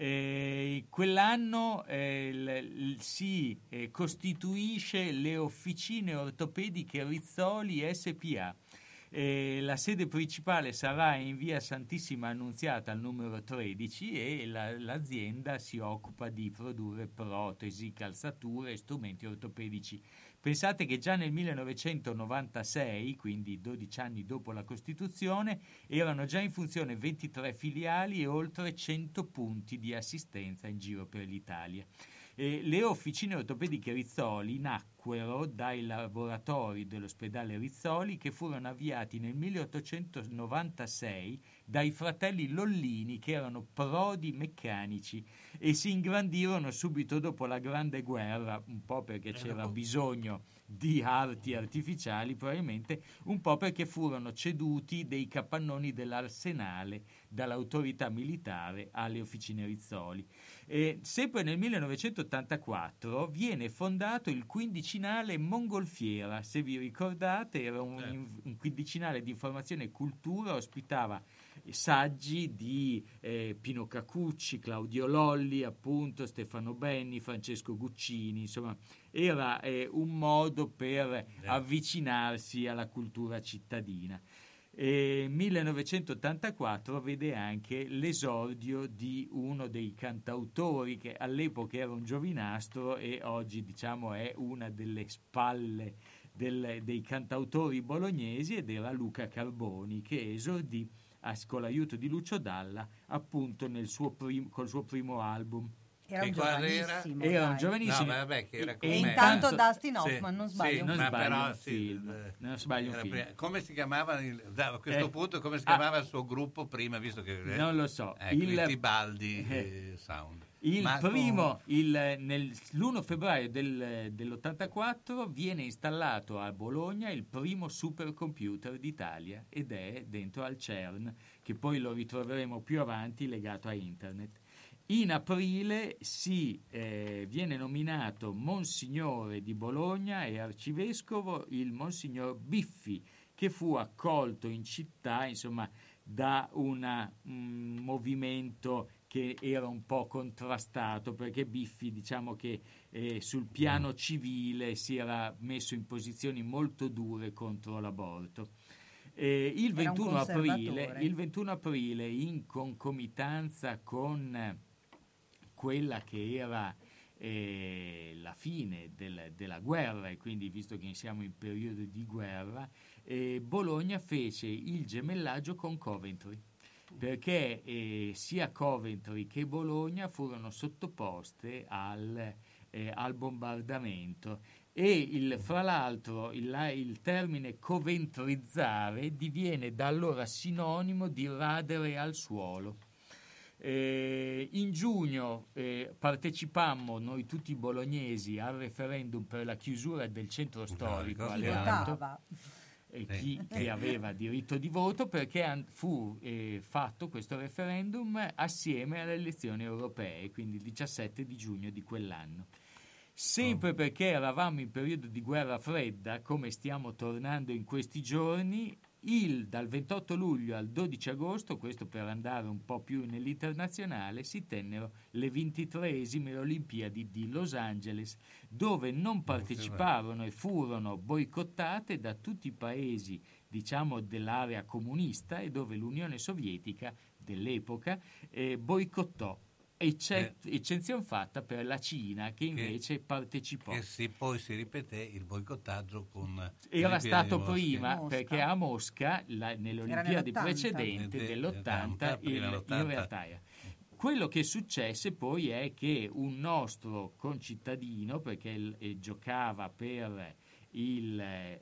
Eh, quell'anno eh, l, l, si eh, costituisce le Officine Ortopediche Rizzoli S P A. Eh, la sede principale sarà in via Santissima Annunziata al numero tredici e la, l'azienda si occupa di produrre protesi, calzature e strumenti ortopedici. Pensate che già nel millenovecentonovantasei, quindi dodici anni dopo la Costituzione, erano già in funzione ventitré filiali e oltre cento punti di assistenza in giro per l'Italia. Eh, le Officine Ortopediche Rizzoli nacquero dai laboratori dell'ospedale Rizzoli, che furono avviati nel milleottocentonovantasei dai fratelli Lollini, che erano prodi meccanici, e si ingrandirono subito dopo la Grande Guerra, un po' perché c'era bisogno di arti artificiali, probabilmente, un po' perché furono ceduti dei capannoni dell'arsenale dall'autorità militare alle Officine Rizzoli. E sempre nel millenovecentottantaquattro viene fondato il quindicinale Mongolfiera. Se vi ricordate, era un, eh. un quindicinale di informazione e cultura, ospitava saggi di eh, Pino Cacucci, Claudio Lolli, appunto, Stefano Benni, Francesco Guccini, insomma era eh, un modo per eh. avvicinarsi alla cultura cittadina. E millenovecentottantaquattro vede anche l'esordio di uno dei cantautori che all'epoca era un giovinastro e oggi, diciamo, è una delle spalle del, dei cantautori bolognesi, ed era Luca Carboni, che esordì con l'aiuto di Lucio Dalla, appunto nel suo prim- col suo primo album. Era un giovanissimo. Era un giovanissimo. No, vabbè, che era e intanto Dustin Hoffman, sì, non sbaglio sì, un non film. sbaglio però, un sì, film. eh, non sbaglio un film. Prima. Come si chiamava il, a questo eh, punto come si ah, chiamava il suo gruppo prima, visto che eh, non lo so, ecco, il, il Tibaldi eh, eh, Sound. Il Ma primo, con... il, nel, l'primo febbraio del, dell'ottantaquattro viene installato a Bologna il primo supercomputer d'Italia, ed è dentro al CERN, che poi lo ritroveremo più avanti legato a internet. In aprile si eh, viene nominato Monsignore di Bologna e arcivescovo il Monsignor Biffi, che fu accolto in città, insomma, da una, un movimento che era un po' contrastato, perché Biffi, diciamo che eh, sul piano civile si era messo in posizioni molto dure contro l'aborto. Eh, il, ventuno aprile, il ventuno aprile, in concomitanza con quella che era eh, la fine del, della guerra, e quindi visto che siamo in periodo di guerra, eh, Bologna fece il gemellaggio con Coventry, perché eh, sia Coventry che Bologna furono sottoposte al, eh, al bombardamento. e il, fra l'altro il, il termine coventrizzare diviene da allora sinonimo di radere al suolo. Eh, in giugno eh, partecipammo noi tutti bolognesi al referendum per la chiusura del centro storico Chi alleato, votava? eh, chi, chi aveva diritto di voto, perché an- fu eh, fatto questo referendum assieme alle elezioni europee, quindi il diciassette di giugno di quell'anno. Sempre perché eravamo in periodo di guerra fredda, come stiamo tornando in questi giorni, il, dal ventotto luglio al dodici agosto, questo per andare un po' più nell'internazionale, si tennero le ventitreesime Olimpiadi di Los Angeles, dove non parteciparono e furono boicottate da tutti i paesi, diciamo, dell'area comunista, e dove l'Unione Sovietica dell'epoca eh, boicottò. Eccet- eh. Eccezione fatta per la Cina, che invece che, partecipò. E sì, poi si ripeté il boicottaggio con... Era stato prima, Mosca. Perché a Mosca, la, nelle Olimpiadi precedenti dell'ottanta, il, in realtà era. Quello che successe poi è che un nostro concittadino, perché il, eh, giocava per il...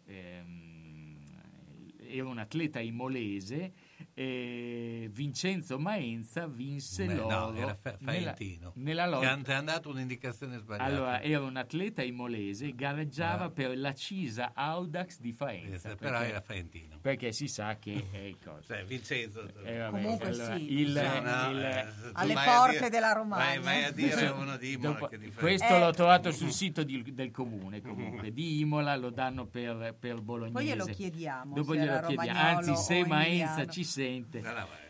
Ehm, era un atleta imolese, eh, Vincenzo Maenza vinse Beh, l'oro. No, era fa- Faentino. Nella, nella loro... Ti ha dato un'indicazione sbagliata. Allora, era un atleta imolese, gareggiava ah. per la Cisa Audax di Faenza. Eh, però perché, era Faentino. Perché si sa che è il coso. Cioè, Vincenzo. Eh, vabbè, Comunque allora, sì. Il, no, il, eh, alle porte dire, della Romagna. Vai, vai a dire uno di Imola. Dopo, che di questo eh. l'ho trovato sul sito di, del comune, comunque. Di Imola lo danno per, per Bolognese. Poi glielo chiediamo. Dopo glielo chiediamo. Anzi, se Maenza ci sente.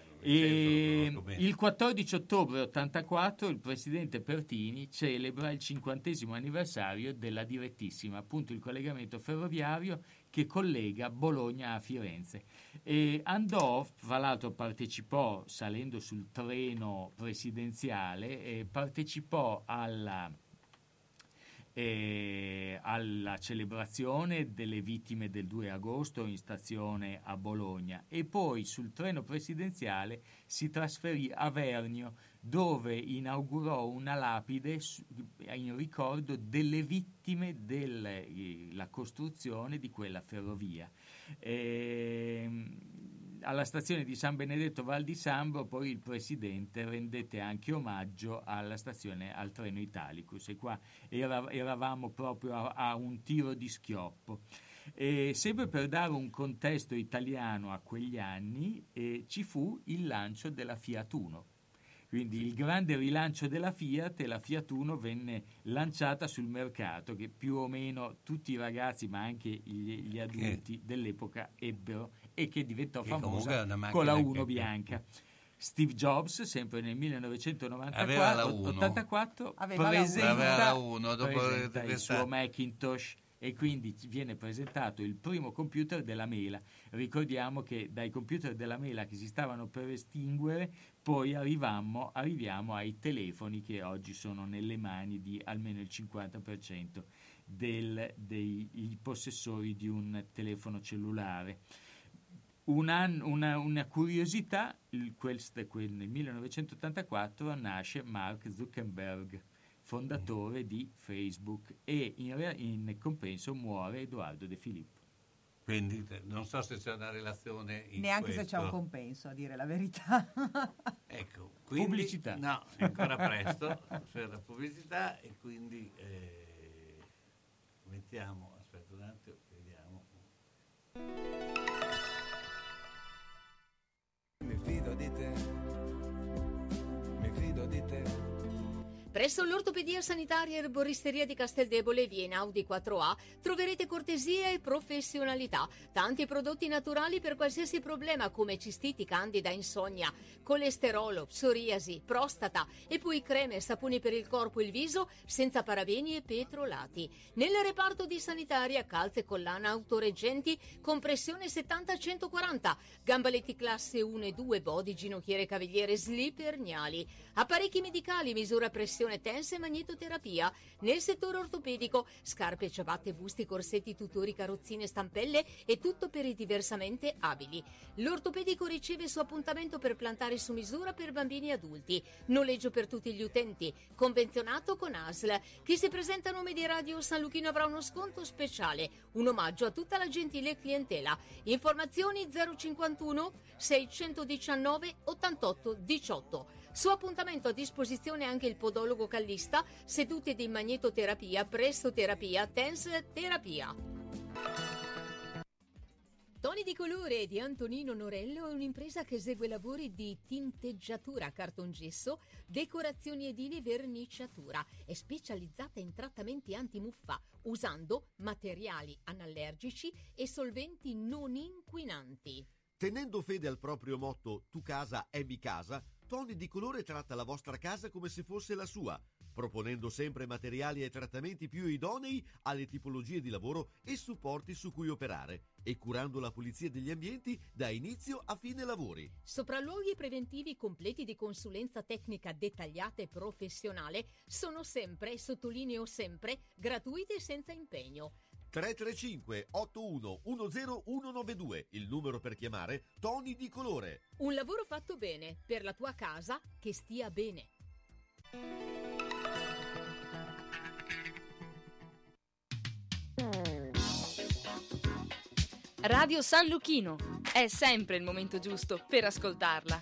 E il quattordici ottobre ottantaquattro il presidente Pertini celebra il cinquantesimo anniversario della direttissima, appunto il collegamento ferroviario che collega Bologna a Firenze. E andò, fra l'altro partecipò, salendo sul treno presidenziale, e partecipò alla Eh, alla celebrazione delle vittime del due agosto in stazione a Bologna, e poi sul treno presidenziale si trasferì a Vernio, dove inaugurò una lapide in ricordo delle vittime della costruzione di quella ferrovia. E, alla stazione di San Benedetto Val di Sambro poi il presidente rendette anche omaggio alla stazione, al treno Italicus, e qua era, eravamo proprio a, a un tiro di schioppo. E sempre per dare un contesto italiano a quegli anni, eh, ci fu il lancio della Fiat Uno. Quindi il grande rilancio della Fiat, e la Fiat Uno venne lanciata sul mercato, che più o meno tutti i ragazzi, ma anche gli, gli adulti che, dell'epoca ebbero, e che diventò che famosa con la Uno che, bianca. Steve Jobs, sempre nel millenovecentonovantaquattro ottantaquattro, aveva presenta, la Uno, dopo presenta il suo Macintosh, e quindi viene presentato il primo computer della mela. Ricordiamo che dai computer della mela che si stavano per estinguere poi arrivammo, arriviamo ai telefoni, che oggi sono nelle mani di almeno il cinquanta per cento del, dei i possessori di un telefono cellulare. Una, una, una curiosità, il, quel, quel, nel millenovecentottantaquattro nasce Mark Zuckerberg, fondatore di Facebook, e in, in compenso muore Edoardo De Filippo. Quindi non so se c'è una relazione in neanche questo. Se c'è un compenso, a dire la verità. Ecco, quindi, pubblicità. No, è ancora presto per la pubblicità, e quindi eh, mettiamo, aspetta un attimo, vediamo. Mi fido di te, mi fido di te. Presso l'Ortopedia Sanitaria e Erboristeria di Casteldebole, via Einaudi quattro A, troverete cortesia e professionalità. Tanti prodotti naturali per qualsiasi problema, come cistiti, candida, insonnia, colesterolo, psoriasi, prostata, e poi creme e saponi per il corpo e il viso senza parabeni e petrolati. Nel reparto di sanitaria, calze collana autoreggenti, compressione settanta centoquaranta, gambaletti classe uno e due, body, ginocchiere, cavigliere, slip erniali, apparecchi medicali, misura pressione disposizione Tense e magnetoterapia. Nel settore ortopedico, scarpe, ciabatte, busti, corsetti, tutori, carrozzine, stampelle e tutto per i diversamente abili. L'ortopedico riceve su appuntamento per plantare su misura per bambini e adulti. Noleggio per tutti gli utenti. Convenzionato con A S L. Chi si presenta a nome di Radio San Luchino avrà uno sconto speciale. Un omaggio a tutta la gentile clientela. Informazioni zero cinquantuno seicentodiciannove ottantotto diciotto. Su appuntamento a disposizione anche il podologo Callista, sedute di magnetoterapia, prestoterapia, tense terapia. Toni di colore di Antonino Norello è un'impresa che esegue lavori di tinteggiatura, cartongesso, decorazioni edili e verniciatura. È specializzata in trattamenti antimuffa usando materiali anallergici e solventi non inquinanti. Tenendo fede al proprio motto "Tu casa è mi casa", Toni di Colore tratta la vostra casa come se fosse la sua, proponendo sempre materiali e trattamenti più idonei alle tipologie di lavoro e supporti su cui operare e curando la pulizia degli ambienti da inizio a fine lavori. Sopralluoghi preventivi completi di consulenza tecnica dettagliata e professionale sono sempre, sottolineo sempre, gratuiti e senza impegno. tre tre cinque otto uno uno zero uno nove due, il numero per chiamare Toni di Colore. Un lavoro fatto bene per la tua casa che stia bene. Radio San Luchino, è sempre il momento giusto per ascoltarla.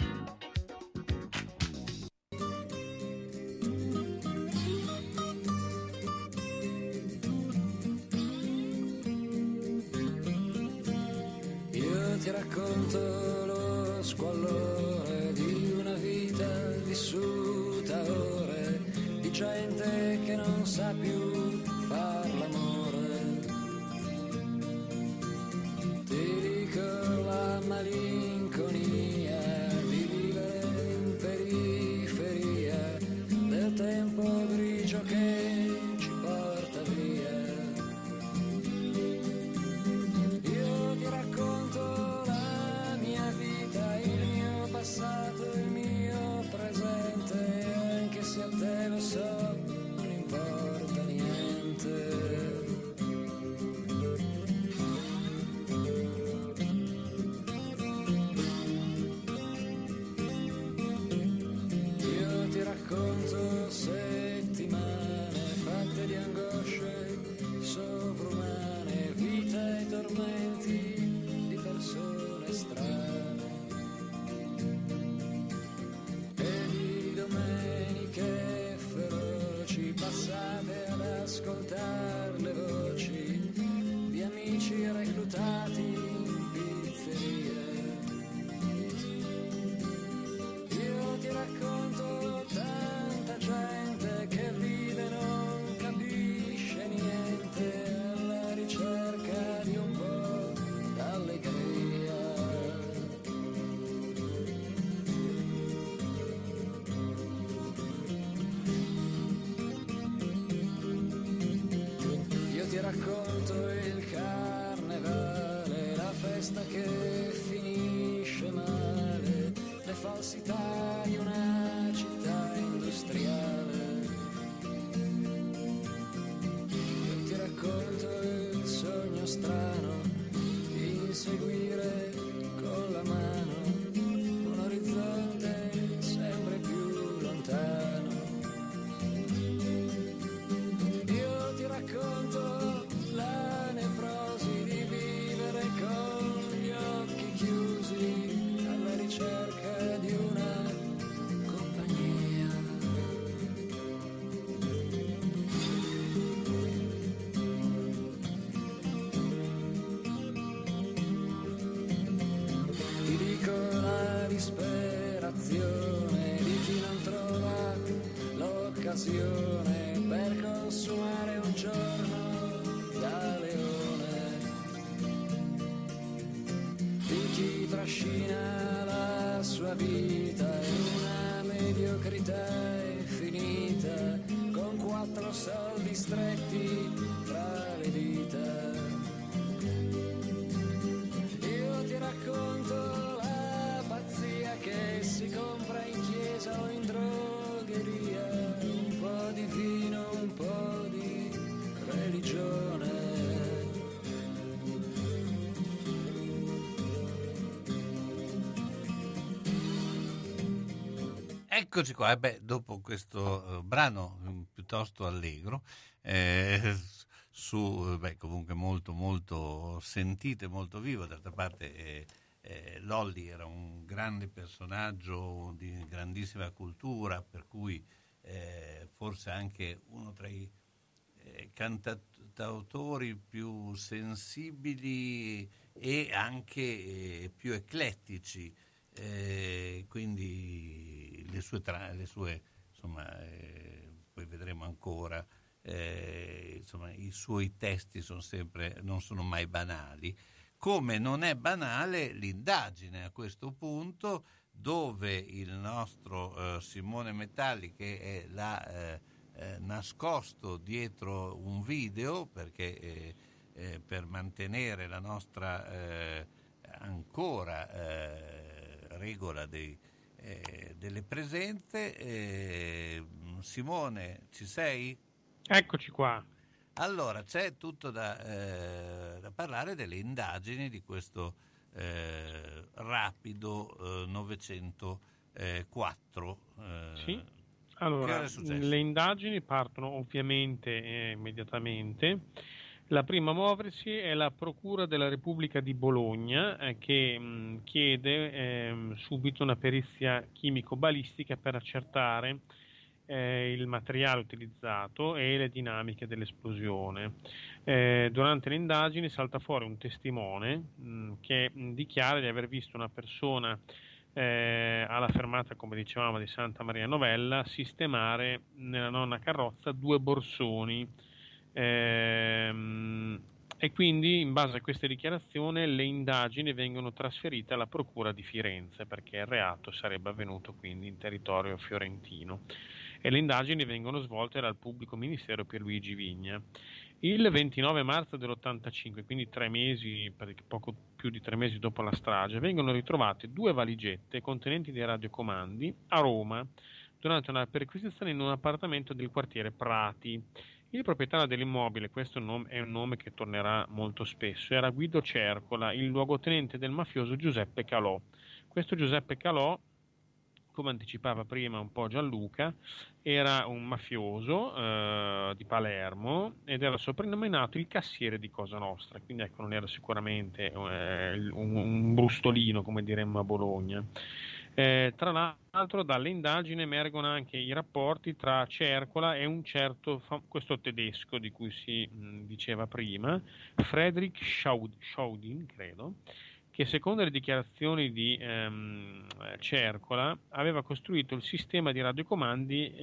Io ti racconto lo squallore di una vita vissuta ore, di gente che non sa più far l'amore. Ti dico la malinconia di vivere in periferia, del tempo grigio che ci porta via. Io ti racconto la mia vita, il mio passato, il mio presente, anche se a te lo so non importa niente. Io ti racconto settimane fatte di angosce sovrumane, vita e tormenti di persone strane, e di domeniche feroci passate ad ascoltare le voci di amici reclutati in pizzeria. Io ti racconto tanta gente che vive e non capisce niente, alla ricerca di un po' d'allegria. Io ti racconto il carnevale, la festa che finisce male, le falsità di una città industriale. Io ti racconto il sogno strano di inseguire con la mano un orizzonte sempre più lontano. Io ti racconto la nevrosi di vivere con gli occhi chiusi alla ricerca di una compagnia. Ti dico la disperazione di chi non trova l'occasione per consumare un giorno da leone, di chi trascina la sua vita in una mediocrità infinita, con quattro soldi stretti tra le dita. Io ti racconto la pazzia che si compra in chiesa o in drogheria, Eccoci qua, eh beh, dopo questo uh, brano um, piuttosto allegro, eh, su, beh, comunque molto molto sentito e molto vivo, d'altra parte eh, eh, Lolli era un grande personaggio di grandissima cultura, per cui eh, forse anche uno tra i eh, cantautori più sensibili e anche eh, più eclettici. Eh, quindi le sue, tra, le sue insomma, eh, poi vedremo ancora, eh, insomma, i suoi testi sono sempre, non sono mai banali, come non è banale l'indagine a questo punto, dove il nostro eh, Simone Metalli, che è là eh, eh, nascosto dietro un video, perché eh, eh, per mantenere la nostra eh, ancora eh, regola dei, eh, delle presenze. eh, Simone, ci sei? Eccoci qua. Allora, c'è tutto da, eh, da parlare delle indagini di questo eh, rapido eh, novecentoquattro. Eh, Sì. Allora, le indagini partono ovviamente eh, immediatamente. La prima a muoversi è la Procura della Repubblica di Bologna, eh, che mh, chiede eh, subito una perizia chimico-balistica per accertare eh, il materiale utilizzato e le dinamiche dell'esplosione. Eh, durante le indagini salta fuori un testimone mh, che mh, dichiara di aver visto una persona eh, alla fermata, come dicevamo, di Santa Maria Novella sistemare nella nonna carrozza due borsoni. Ehm, e quindi in base a queste dichiarazioni le indagini vengono trasferite alla Procura di Firenze, perché il reato sarebbe avvenuto quindi in territorio fiorentino, e le indagini vengono svolte dal pubblico ministero Pierluigi Vigna. Il ventinove marzo dell'ottantacinque, quindi tre mesi, poco più di tre mesi dopo la strage, vengono ritrovate due valigette contenenti dei radiocomandi a Roma durante una perquisizione in un appartamento del quartiere Prati. Il proprietario dell'immobile, questo è un nome che tornerà molto spesso, era Guido Cercola, il luogotenente del mafioso Giuseppe Calò. Questo Giuseppe Calò, come anticipava prima un po' Gianluca, era un mafioso eh, di Palermo ed era soprannominato il cassiere di Cosa Nostra, quindi ecco, non era sicuramente eh, un, un brustolino, come diremmo a Bologna. Eh, tra l'altro dalle indagini emergono anche i rapporti tra Cercola e un certo, questo tedesco di cui si mh, diceva prima, Friedrich Schaudin, credo, che secondo le dichiarazioni di ehm, Cercola aveva costruito il sistema di radiocomandi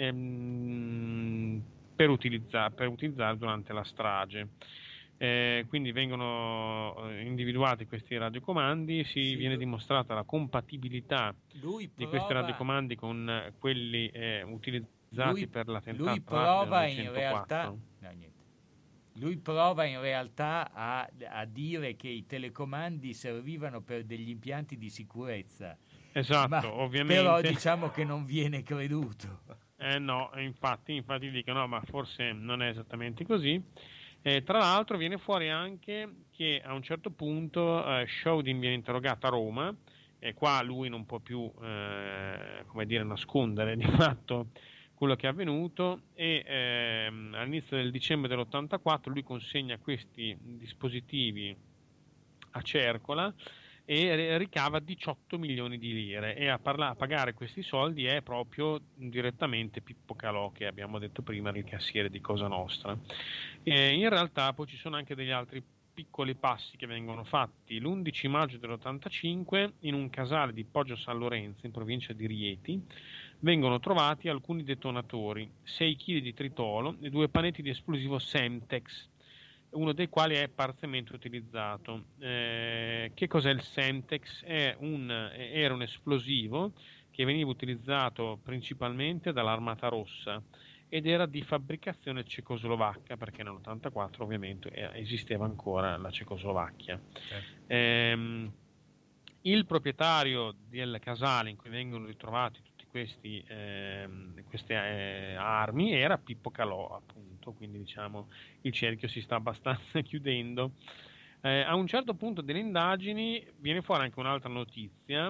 ehm, per, utilizza- per utilizzare durante la strage. Eh, quindi vengono individuati questi radiocomandi, si sì, viene dimostrata la compatibilità lui di prova, questi radiocomandi con quelli eh, utilizzati lui, per l'attentato. Lui prova in realtà no, niente. Lui prova in realtà a, a dire che i telecomandi servivano per degli impianti di sicurezza. Esatto, ma, ovviamente. Però diciamo che non viene creduto. Eh no, infatti, infatti dicono, no, ma forse non è esattamente così. Eh, tra l'altro viene fuori anche che a un certo punto eh, Schaudin viene interrogato a Roma e qua lui non può più eh, come dire, nascondere di fatto quello che è avvenuto e ehm, all'inizio del dicembre dell'ottantaquattro lui consegna questi dispositivi a Cercola e ricava diciotto milioni di lire e a, parla- a pagare questi soldi è proprio direttamente Pippo Calò, che abbiamo detto prima, il cassiere di Cosa Nostra. E in realtà poi ci sono anche degli altri piccoli passi che vengono fatti. L'undici maggio dell'ottantacinque in un casale di Poggio San Lorenzo in provincia di Rieti vengono trovati alcuni detonatori, sei chili di tritolo e due panetti di esplosivo Semtex, uno dei quali è parzialmente utilizzato. Eh, che cos'è il Semtex? È un, era un esplosivo che veniva utilizzato principalmente dall'Armata Rossa ed era di fabbricazione cecoslovacca, perché nell'ottantaquattro ovviamente esisteva ancora la Cecoslovacchia. Certo. Eh, il proprietario del casale in cui vengono ritrovati tutti questi, eh, queste eh, armi era Pippo Calò, appunto, quindi diciamo il cerchio si sta abbastanza chiudendo. Eh, a un certo punto delle indagini viene fuori anche un'altra notizia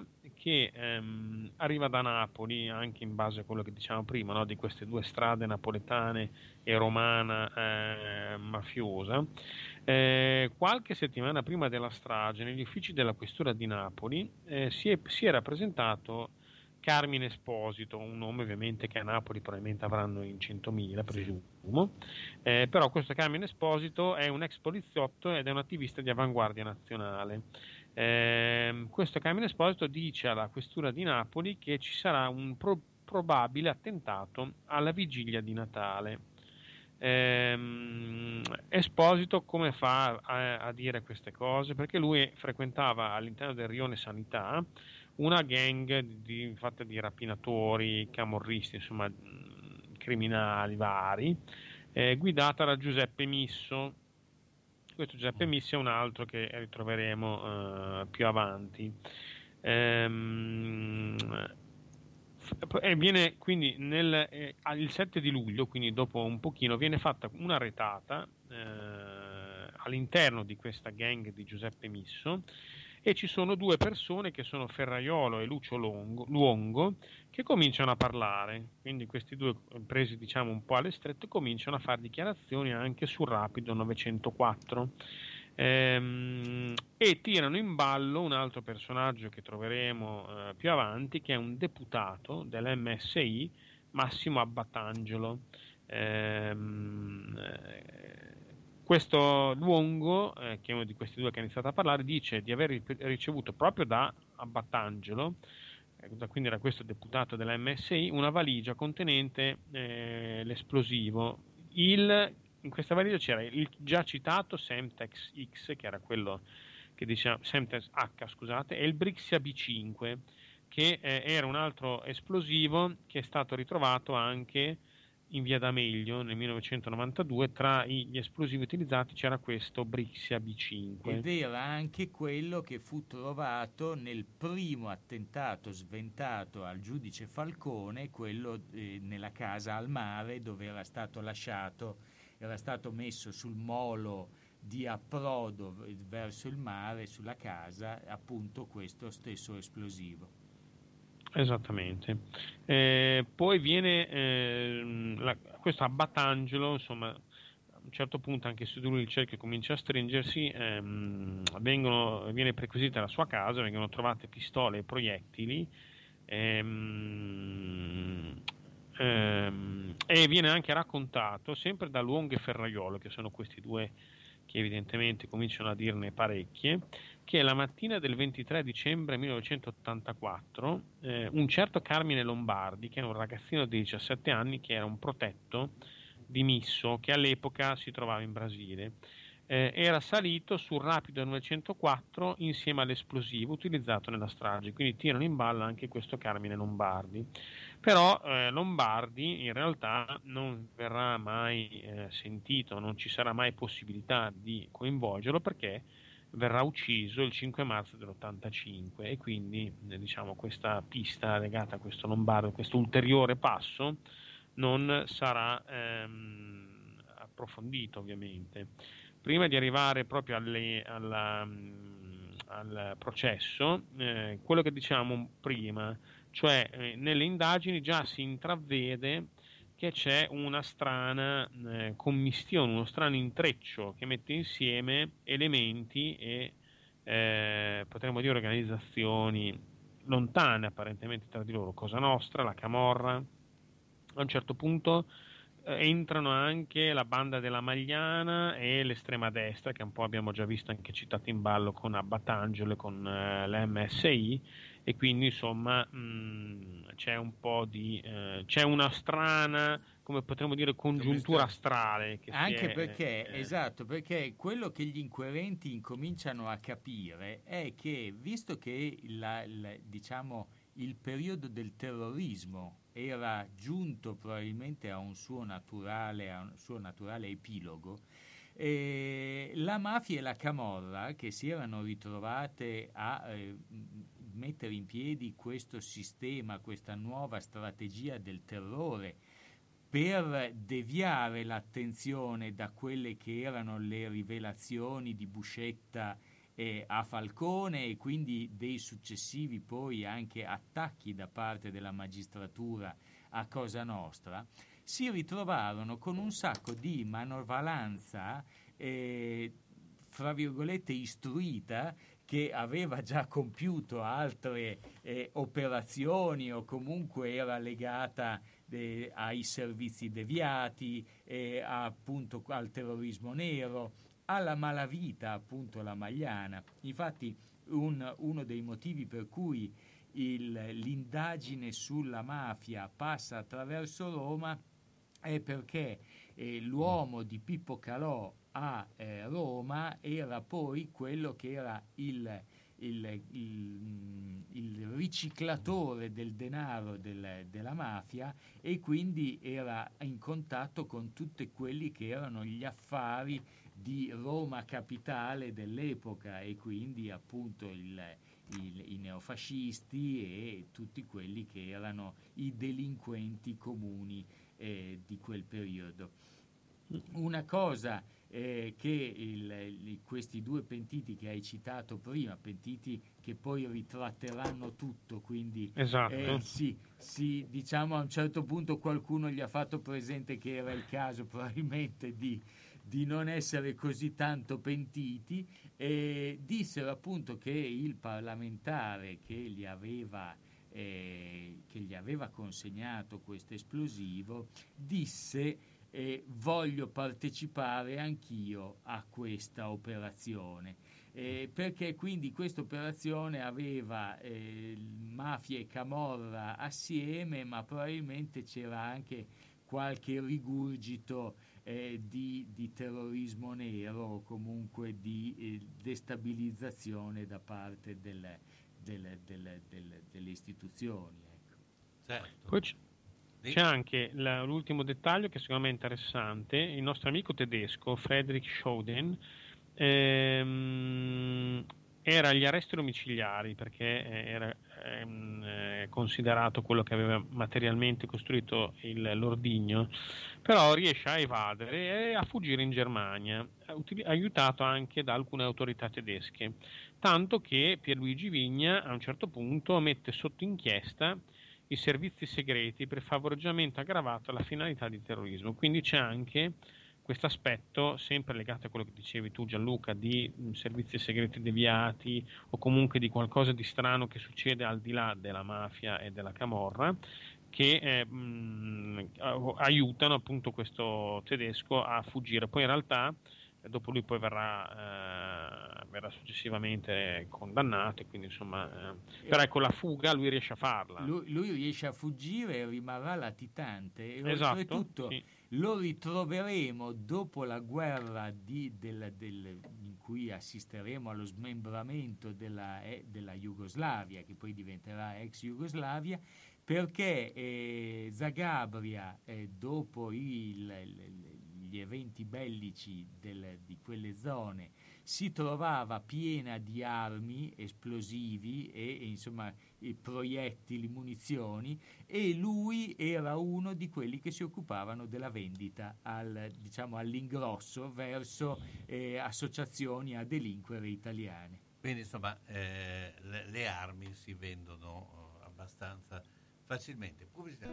che ehm, arriva da Napoli, anche in base a quello che dicevamo prima, no? Di queste due strade napoletane e romana eh, mafiosa. Eh, qualche settimana prima della strage, negli uffici della questura di Napoli eh, si, è, si era presentato Carmine Esposito, un nome ovviamente che a Napoli probabilmente avranno in centomila, presumo, eh, però questo Carmine Esposito è un ex poliziotto ed è un attivista di Avanguardia Nazionale. Eh, questo Carmine Esposito dice alla questura di Napoli che ci sarà un pro- probabile attentato alla vigilia di Natale. Eh, Esposito come fa a, a dire queste cose? Perché lui frequentava all'interno del rione Sanità una gang di, fatta di rapinatori, camorristi, insomma criminali vari, eh, guidata da Giuseppe Misso. Questo Giuseppe Misso è un altro che ritroveremo eh, più avanti. Ehm, e viene quindi nel, eh, il sette di luglio, quindi dopo un pochino, viene fatta una retata eh, all'interno di questa gang di Giuseppe Misso, e ci sono due persone che sono Ferraiolo e Lucio Longo, Luongo, che cominciano a parlare. Quindi questi due, presi diciamo un po' alle strette, cominciano a fare dichiarazioni anche sul Rapido novecentoquattro ehm, e tirano in ballo un altro personaggio che troveremo eh, più avanti, che è un deputato dell'M S I, Massimo Abbatangelo. Ehm, eh, Questo Luongo, eh, che è uno di questi due che ha iniziato a parlare, dice di aver ricevuto proprio da Abbatangelo, eh, quindi era questo deputato della M S I, una valigia contenente eh, l'esplosivo. Il, in questa valigia c'era il già citato Semtex X, che era quello che diceva Semtex H, scusate, e il Brixia B cinque, che eh, era un altro esplosivo che è stato ritrovato anche in via D'Amelio nel millenovecentonovantadue. Tra gli esplosivi utilizzati c'era questo Brixia B cinque. Ed era anche quello che fu trovato nel primo attentato sventato al giudice Falcone, quello eh, nella casa al mare, dove era stato lasciato, era stato messo sul molo di approdo verso il mare, sulla casa, appunto questo stesso esplosivo. Esattamente. Eh, poi viene eh, la, questo Abbatangelo, insomma, a un certo punto anche su di lui il cerchio comincia a stringersi, ehm, vengono, viene perquisita la sua casa, vengono trovate pistole e proiettili, ehm, ehm, e viene anche raccontato, sempre da Luongo e Ferraiolo, che sono questi due che evidentemente cominciano a dirne parecchie, che la mattina del ventitré dicembre millenovecentottantaquattro eh, un certo Carmine Lombardi, che è un ragazzino di diciassette anni, che era un protetto di Misso, che all'epoca si trovava in Brasile, eh, era salito sul Rapido novecentoquattro insieme all'esplosivo utilizzato nella strage, quindi tirano in ballo anche questo Carmine Lombardi. Però eh, Lombardi in realtà non verrà mai eh, sentito, non ci sarà mai possibilità di coinvolgerlo, perché verrà ucciso il cinque marzo dell'ottantacinque, e quindi eh, diciamo questa pista legata a questo Lombardo, questo ulteriore passo, non sarà ehm, approfondito ovviamente. Prima di arrivare proprio alle, alla, al processo, eh, quello che dicevamo prima, cioè eh, nelle indagini già si intravede che c'è una strana eh, commistione, uno strano intreccio che mette insieme elementi e eh, potremmo dire organizzazioni lontane apparentemente tra di loro, Cosa Nostra, la Camorra. A un certo punto eh, entrano anche la banda della Magliana e l'estrema destra, che un po' abbiamo già visto anche citato in ballo con Abbatangelo e con eh, l'M S I, e quindi insomma mh, c'è un po' di eh, c'è una strana, come potremmo dire, congiuntura astrale che anche si è, perché eh, esatto, perché quello che gli inquirenti incominciano a capire è che, visto che la, la, diciamo il periodo del terrorismo era giunto probabilmente a un suo naturale a un suo naturale epilogo, eh, la mafia e la camorra, che si erano ritrovate a eh, mettere in piedi questo sistema, questa nuova strategia del terrore, per deviare l'attenzione da quelle che erano le rivelazioni di Buscetta eh, a Falcone e quindi dei successivi poi anche attacchi da parte della magistratura a Cosa Nostra, si ritrovarono con un sacco di manovalanza eh, fra virgolette istruita, che aveva già compiuto altre eh, operazioni o comunque era legata eh, ai servizi deviati, eh, appunto al terrorismo nero, alla malavita, appunto la Magliana. Infatti un, uno dei motivi per cui il, l'indagine sulla mafia passa attraverso Roma è perché eh, l'uomo di Pippo Calò a eh, Roma era poi quello che era il, il, il, il riciclatore del denaro del, della mafia, e quindi era in contatto con tutti quelli che erano gli affari di Roma capitale dell'epoca, e quindi appunto il, il, i neofascisti e tutti quelli che erano i delinquenti comuni eh, di quel periodo. Una cosa eh, che il, il, questi due pentiti che hai citato prima, pentiti che poi ritratteranno tutto, quindi esatto. eh, sì, sì, diciamo a un certo punto qualcuno gli ha fatto presente che era il caso probabilmente di, di non essere così tanto pentiti, e dissero appunto che il parlamentare che gli aveva eh, che gli aveva consegnato questo esplosivo disse Eh, voglio partecipare anch'io a questa operazione, eh, perché quindi questa operazione aveva eh, mafia e camorra assieme, ma probabilmente c'era anche qualche rigurgito eh, di, di terrorismo nero o comunque di eh, destabilizzazione da parte del, del, del, del, delle istituzioni, ecco. Certo. Poi c- C'è anche la, l'ultimo dettaglio che secondo me è interessante. Il nostro amico tedesco Friedrich Schoden ehm, era agli arresti domiciliari perché era ehm, considerato quello che aveva materialmente costruito il, l'ordigno, però riesce a evadere e a fuggire in Germania, aiutato anche da alcune autorità tedesche, tanto che Pierluigi Vigna a un certo punto mette sotto inchiesta i servizi segreti per favoreggiamento aggravato alla finalità di terrorismo. Quindi c'è anche questo aspetto, sempre legato a quello che dicevi tu Gianluca, di mh, servizi segreti deviati o comunque di qualcosa di strano che succede al di là della mafia e della camorra, che eh, mh, aiutano appunto questo tedesco a fuggire. Poi in realtà dopo lui poi verrà, eh, verrà successivamente condannato, quindi insomma eh, però ecco la fuga lui riesce a farla, lui, lui riesce a fuggire e rimarrà latitante, e esatto, oltretutto sì. Lo ritroveremo dopo la guerra di, del, del, in cui assisteremo allo smembramento della, eh, della Jugoslavia, che poi diventerà ex Jugoslavia, perché eh, Zagabria eh, dopo il, il gli eventi bellici del, di quelle zone si trovava piena di armi, esplosivi e, e insomma e proiettili, munizioni, e lui era uno di quelli che si occupavano della vendita al, diciamo, all'ingrosso verso eh, associazioni a delinquere italiane. Quindi insomma eh, le, le armi si vendono eh, abbastanza facilmente. Pubblicità.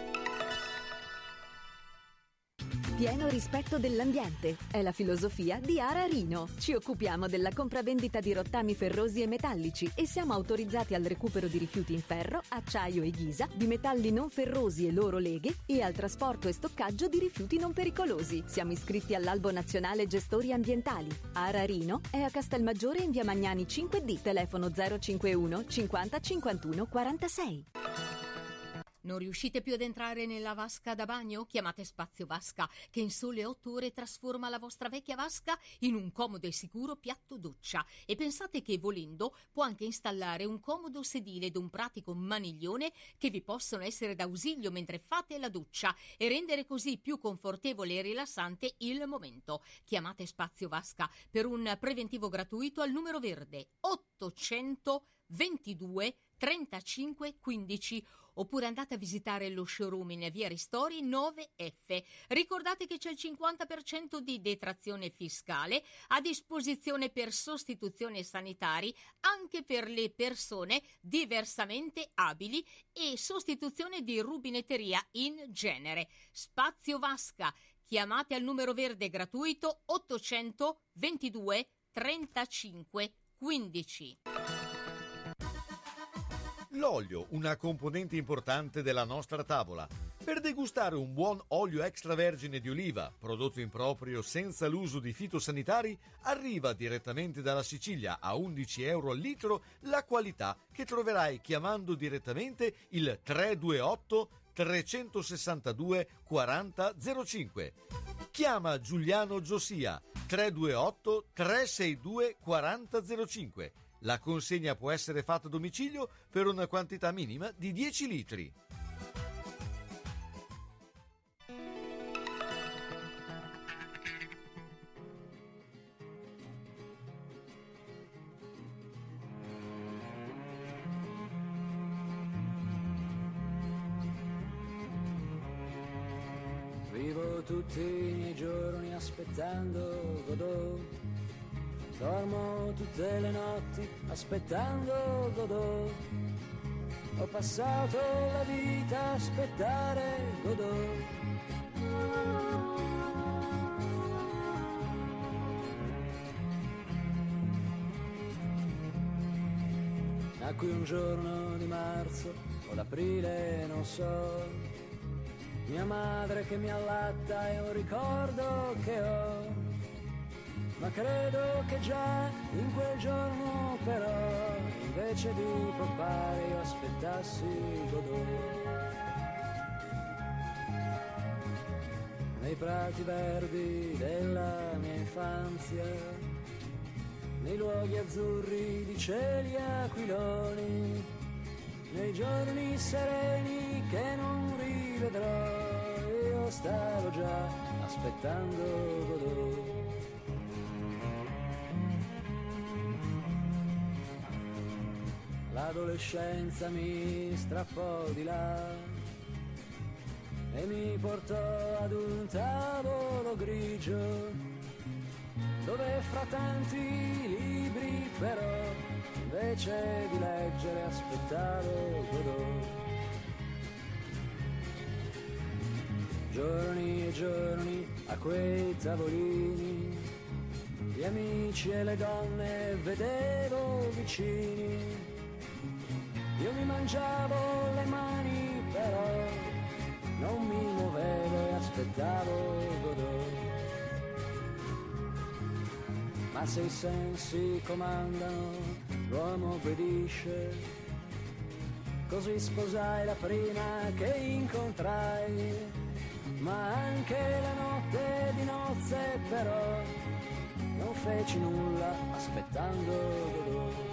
Pieno rispetto dell'ambiente è la filosofia di Ara Rino. Ci occupiamo della compravendita di rottami ferrosi e metallici e siamo autorizzati al recupero di rifiuti in ferro, acciaio e ghisa, di metalli non ferrosi e loro leghe e al trasporto e stoccaggio di rifiuti non pericolosi. Siamo iscritti all'Albo Nazionale Gestori Ambientali. Ara Rino è a Castelmaggiore in via Magnani cinque D, telefono zero cinquantuno cinquanta cinquantuno quarantasei. Non riuscite più ad entrare nella vasca da bagno? Chiamate Spazio Vasca, che in sole otto ore trasforma la vostra vecchia vasca in un comodo e sicuro piatto doccia. E pensate che, volendo, può anche installare un comodo sedile ed un pratico maniglione che vi possono essere d'ausilio mentre fate la doccia e rendere così più confortevole e rilassante il momento. Chiamate Spazio Vasca per un preventivo gratuito al numero verde ottocento ventidue trentacinque quindici, oppure andate a visitare lo showroom in via Ristori nove F. Ricordate che c'è il cinquanta per cento di detrazione fiscale a disposizione per sostituzione sanitari anche per le persone diversamente abili e sostituzione di rubinetteria in genere. Spazio Vasca. Chiamate al numero verde gratuito ottocento ventidue trentacinque quindici. L'olio, una componente importante della nostra tavola. Per degustare un buon olio extravergine di oliva, prodotto in proprio senza l'uso di fitosanitari, arriva direttamente dalla Sicilia a undici euro al litro la qualità che troverai chiamando direttamente il tre due otto trecentosessantadue quaranta zero cinque. Chiama Giuliano Giosia tre due otto trecentosesantadue quaranta zero cinque. La consegna può essere fatta a domicilio per una quantità minima di dieci litri. Vivo tutti i miei giorni aspettando Godot. Dormo tutte le notti aspettando Godot. Ho passato la vita a aspettare Godot. Nacqui un giorno di marzo o d'aprile, non so. Mia madre che mi allatta è un ricordo che ho. Ma credo che già in quel giorno però, invece di papà io aspettassi Godot. Nei prati verdi della mia infanzia, nei luoghi azzurri di cieli aquiloni, nei giorni sereni che non rivedrò, io stavo già aspettando Godot. L'adolescenza mi strappò di là e mi portò ad un tavolo grigio, dove fra tanti libri però, invece di leggere aspettavo Godot. Giorni e giorni a quei tavolini, gli amici e le donne vedevo vicini. Io mi mangiavo le mani però, non mi muovevo e aspettavo Godot. Ma se i sensi comandano, l'uomo obbedisce. Così sposai la prima che incontrai, ma anche la notte di nozze però, non feci nulla aspettando Godot.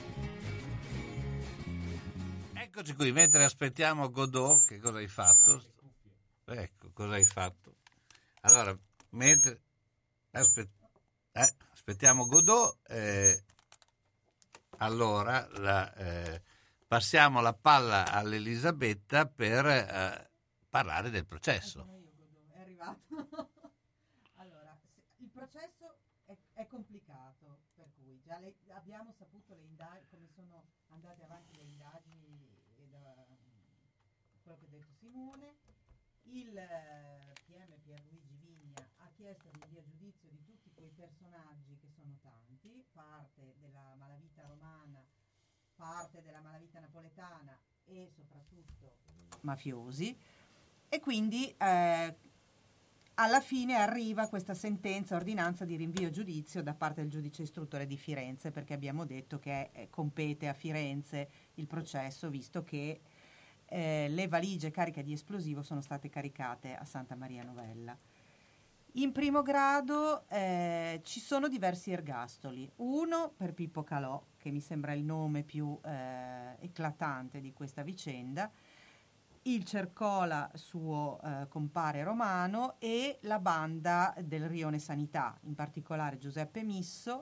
Eccoci qui, mentre aspettiamo Godot, che cosa hai fatto? Ecco, cosa hai fatto? Allora, mentre aspet- eh, aspettiamo Godot, eh, allora la, eh, passiamo la palla all'Elisabetta per eh, parlare del processo. È arrivato. Allora, il processo è, è complicato, per cui già le, abbiamo saputo le indagini, come sono andate avanti le indagini e da quello che ha detto Simone. Il eh, P M Pierluigi Vigna ha chiesto il rinvio a giudizio di tutti quei personaggi che sono tanti, parte della malavita romana, parte della malavita napoletana e soprattutto mafiosi, e quindi eh, alla fine arriva questa sentenza, ordinanza di rinvio a giudizio da parte del giudice istruttore di Firenze, perché abbiamo detto che eh, compete a Firenze il processo, visto che eh, le valigie cariche di esplosivo sono state caricate a Santa Maria Novella. In primo grado eh, ci sono diversi ergastoli, uno per Pippo Calò, che mi sembra il nome più eh, eclatante di questa vicenda, il Cercola, suo eh, compare romano, e la banda del Rione Sanità, in particolare Giuseppe Misso,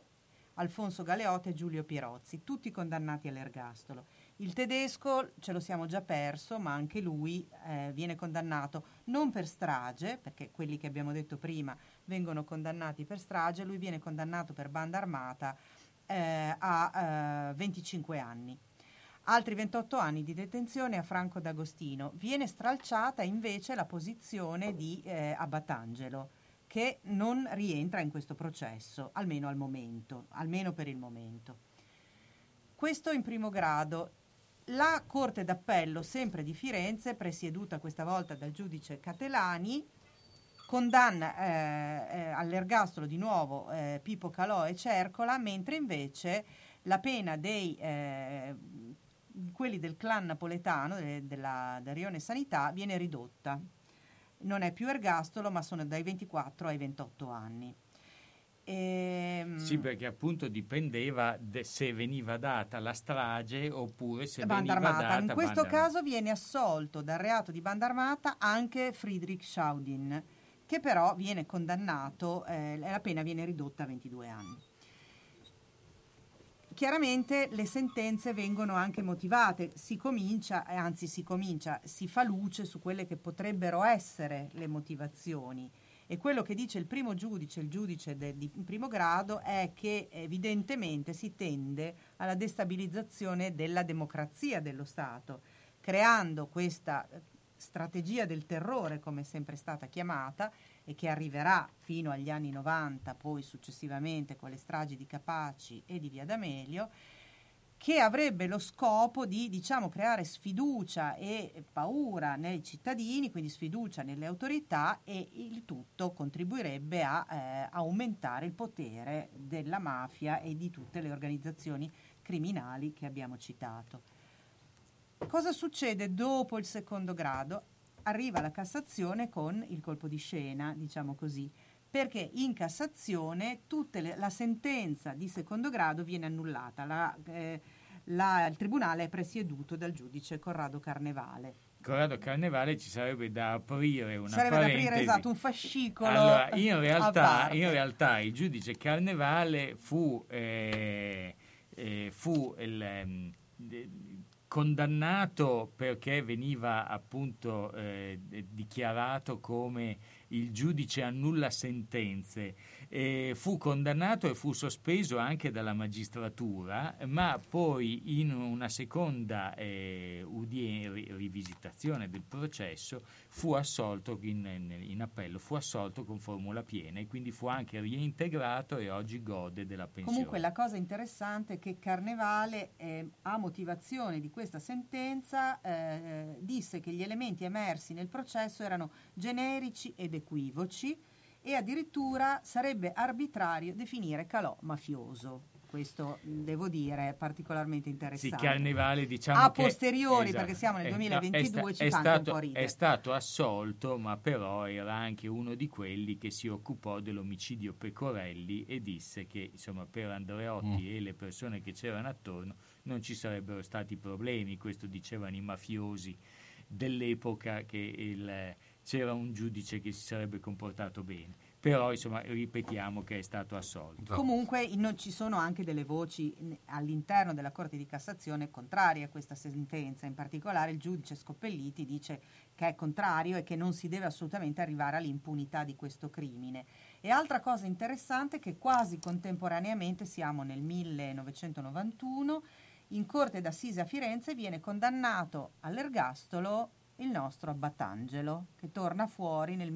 Alfonso Galeotti e Giulio Pierozzi, tutti condannati all'ergastolo. Il tedesco ce lo siamo già perso, ma anche lui eh, viene condannato non per strage, perché quelli che abbiamo detto prima vengono condannati per strage, lui viene condannato per banda armata eh, a eh, venticinque anni. Altri ventotto anni di detenzione a Franco D'Agostino. Viene stralciata invece la posizione di eh, Abbatangelo, che non rientra in questo processo, almeno al momento, almeno per il momento. Questo in primo grado. La Corte d'Appello, sempre di Firenze, presieduta questa volta dal giudice Catelani, condanna eh, eh, all'ergastolo di nuovo eh, Pippo Calò e Cercola, mentre invece la pena dei eh, quelli del clan napoletano, de, della, del Rione Sanità, viene ridotta. Non è più ergastolo, ma sono dai ventiquattro ai ventotto anni. Ehm, Sì, perché appunto dipendeva de- se veniva data la strage oppure se banda veniva armata. data In questo banda caso viene assolto dal reato di banda armata anche Friedrich Schaudin, che però viene condannato, eh, la pena viene ridotta a ventidue anni. Chiaramente le sentenze vengono anche motivate, si comincia, anzi si comincia, si fa luce su quelle che potrebbero essere le motivazioni. E quello che dice il primo giudice, il giudice de, di primo grado, è che evidentemente si tende alla destabilizzazione della democrazia dello Stato, creando questa strategia del terrore, come è sempre stata chiamata, e che arriverà fino agli anni novanta, poi successivamente con le stragi di Capaci e di Via D'Amelio, che avrebbe lo scopo di, diciamo, creare sfiducia e paura nei cittadini, quindi sfiducia nelle autorità, e il tutto contribuirebbe a eh, aumentare il potere della mafia e di tutte le organizzazioni criminali che abbiamo citato. Cosa succede dopo il secondo grado? Arriva la Cassazione con il colpo di scena, diciamo così, perché in Cassazione tutte le, la sentenza di secondo grado viene annullata. La, eh, la, il tribunale è presieduto dal giudice Corrado Carnevale. Corrado Carnevale ci sarebbe da aprire una sarebbe parentesi. da aprire, esatto, un fascicolo. Allora, in a realtà, parte. in realtà il giudice Carnevale fu, eh, eh, fu il, eh, condannato perché veniva appunto eh, dichiarato come il giudice annulla sentenze. E fu condannato e fu sospeso anche dalla magistratura, ma poi in una seconda eh, udien- rivisitazione del processo fu assolto in, in appello, fu assolto con formula piena e quindi fu anche reintegrato e oggi gode della pensione. Comunque la cosa interessante è che Carnevale, eh, a motivazione di questa sentenza, eh, disse che gli elementi emersi nel processo erano generici ed equivoci, e addirittura sarebbe arbitrario definire Calò mafioso. Questo devo dire è particolarmente interessante. Sì, Carnevale, diciamo a che, posteriori, esatto, perché siamo nel è, duemilaventidue, è, ci è fa stato, anche un po' ridere. È stato assolto, ma però era anche uno di quelli che si occupò dell'omicidio Pecorelli e disse che insomma per Andreotti mm. e le persone che c'erano attorno non ci sarebbero stati problemi. Questo dicevano i mafiosi dell'epoca, che il, c'era un giudice che si sarebbe comportato bene, però insomma ripetiamo che è stato assolto. Comunque non ci sono anche delle voci all'interno della Corte di Cassazione contrarie a questa sentenza, in particolare il giudice Scoppelliti dice che è contrario e che non si deve assolutamente arrivare all'impunità di questo crimine. E altra cosa interessante è che quasi contemporaneamente, siamo nel millenovecentonovantuno, in Corte d'Assise a Firenze viene condannato all'ergastolo il nostro Abbatangelo, che torna fuori nel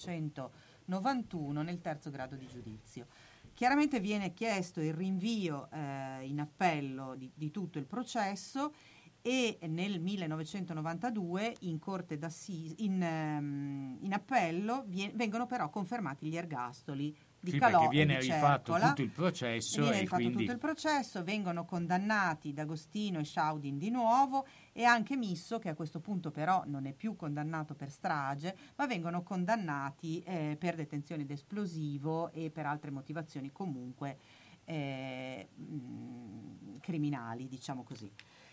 millenovecentonovantuno nel terzo grado di giudizio. Chiaramente viene chiesto il rinvio eh, in appello di, di tutto il processo, e nel millenovecentonovantadue in Corte d'Assise, in, um, in appello vien- vengono però confermati gli ergastoli di sì, Calò perché viene e di rifatto Cercola. tutto il processo viene e rifatto quindi tutto il processo, vengono condannati D'Agostino e Schaudin di nuovo, e anche Misso, che a questo punto però non è più condannato per strage, ma vengono condannati eh, per detenzione d'esplosivo e per altre motivazioni comunque eh, mh, criminali, diciamo così.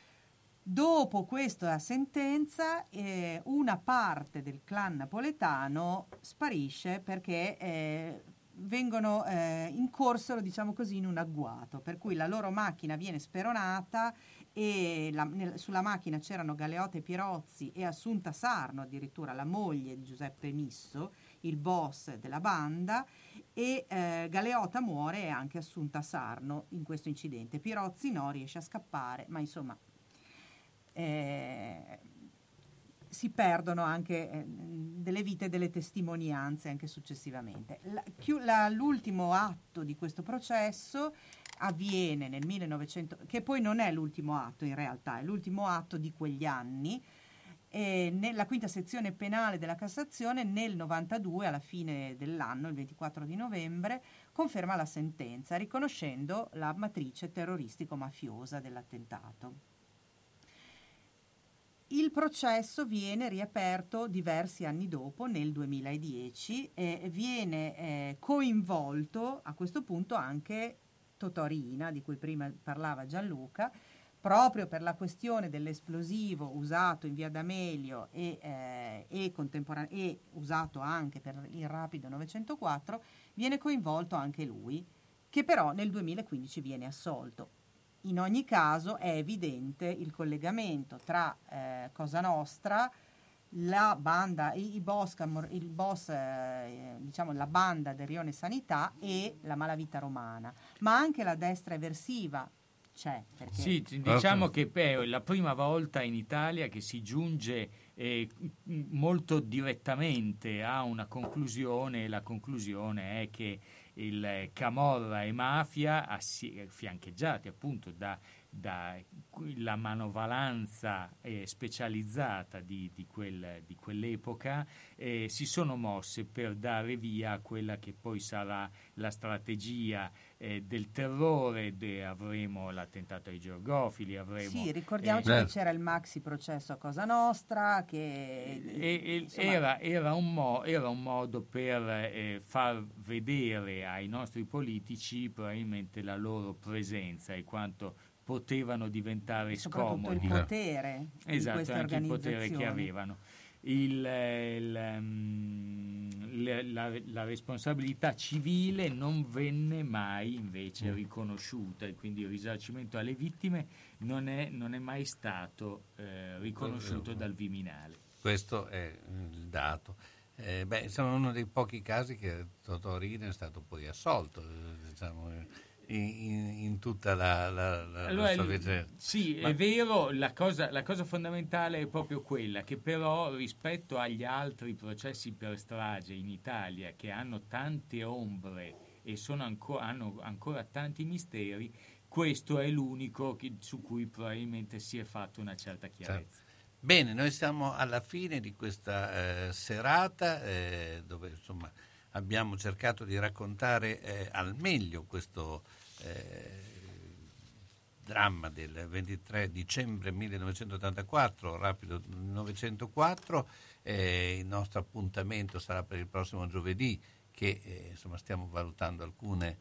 Dopo questa sentenza eh, una parte del clan napoletano sparisce perché eh, vengono eh, incorsero, diciamo così, in un agguato, per cui la loro macchina viene speronata e la, nel, sulla macchina c'erano Galeotta Pierozzi e Assunta Sarno, addirittura la moglie di Giuseppe Misso, il boss della banda, e eh, Galeotta muore e anche Assunta Sarno in questo incidente. Pierozzi no, riesce a scappare, ma insomma eh, si perdono anche eh, delle vite e delle testimonianze anche successivamente. La, chiu, la, l'ultimo atto di questo processo avviene nel millenovecento, che poi non è l'ultimo atto in realtà, è l'ultimo atto di quegli anni, e nella quinta sezione penale della Cassazione nel novantadue, alla fine dell'anno, il ventiquattro di novembre, conferma la sentenza riconoscendo la matrice terroristico-mafiosa dell'attentato. Il processo viene riaperto diversi anni dopo, nel duemiladieci, e viene eh, coinvolto a questo punto anche Totò Riina, di cui prima parlava Gianluca, proprio per la questione dell'esplosivo usato in via D'Amelio e, eh, e, contemporane- e usato anche per il Rapido novecentoquattro, viene coinvolto anche lui, che però nel duemilaquindici viene assolto. In ogni caso è evidente il collegamento tra eh, Cosa Nostra, la banda, i, i boss, il boss eh, diciamo la banda del Rione Sanità e la malavita romana, ma anche la destra eversiva c'è. Perché... Sì, diciamo che è la prima volta in Italia che si giunge eh, molto direttamente a una conclusione, e la conclusione è che il Camorra e mafia, assi- fiancheggiati appunto da, da la manovalanza eh, specializzata di, di, quel, di quell'epoca, eh, si sono mosse per dare via a quella che poi sarà la strategia eh, del terrore. De, avremo l'attentato ai Georgofili, avremo... Sì, ricordiamoci eh, che c'era il maxi processo a Cosa Nostra, che... E, e, insomma... era, era, un mo, era un modo per eh, far vedere ai nostri politici probabilmente la loro presenza e quanto potevano diventare scomodi. Il potere esatto, di anche il potere che avevano. Il, il, um, la, la, la responsabilità civile non venne mai invece riconosciuta e quindi il risarcimento alle vittime non è, non è mai stato eh, riconosciuto dal Viminale. Questo è il dato. Eh, beh, sono uno dei pochi casi che Totò Riina è stato poi assolto, eh, diciamo, in, in, in tutta la, la, la, allora, la storia. Sì, Ma... è vero, la cosa, la cosa fondamentale è proprio quella che però rispetto agli altri processi per strage in Italia che hanno tante ombre e sono anco, hanno ancora tanti misteri, questo è l'unico che, su cui probabilmente si è fatto una certa chiarezza. Certo. Bene, noi siamo alla fine di questa eh, serata eh, dove insomma abbiamo cercato di raccontare eh, al meglio questo eh, dramma del ventitré dicembre millenovecentottantaquattro, Rapido novecentoquattro. Eh, il nostro appuntamento sarà per il prossimo giovedì, che eh, insomma stiamo valutando alcune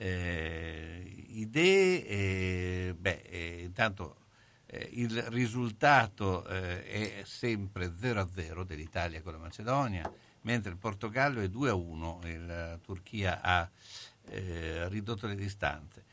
eh, idee. Eh, beh, eh, intanto Eh, il risultato eh, è sempre zero a zero dell'Italia con la Macedonia, mentre il Portogallo è due a uno e la Turchia ha eh, ridotto le distanze.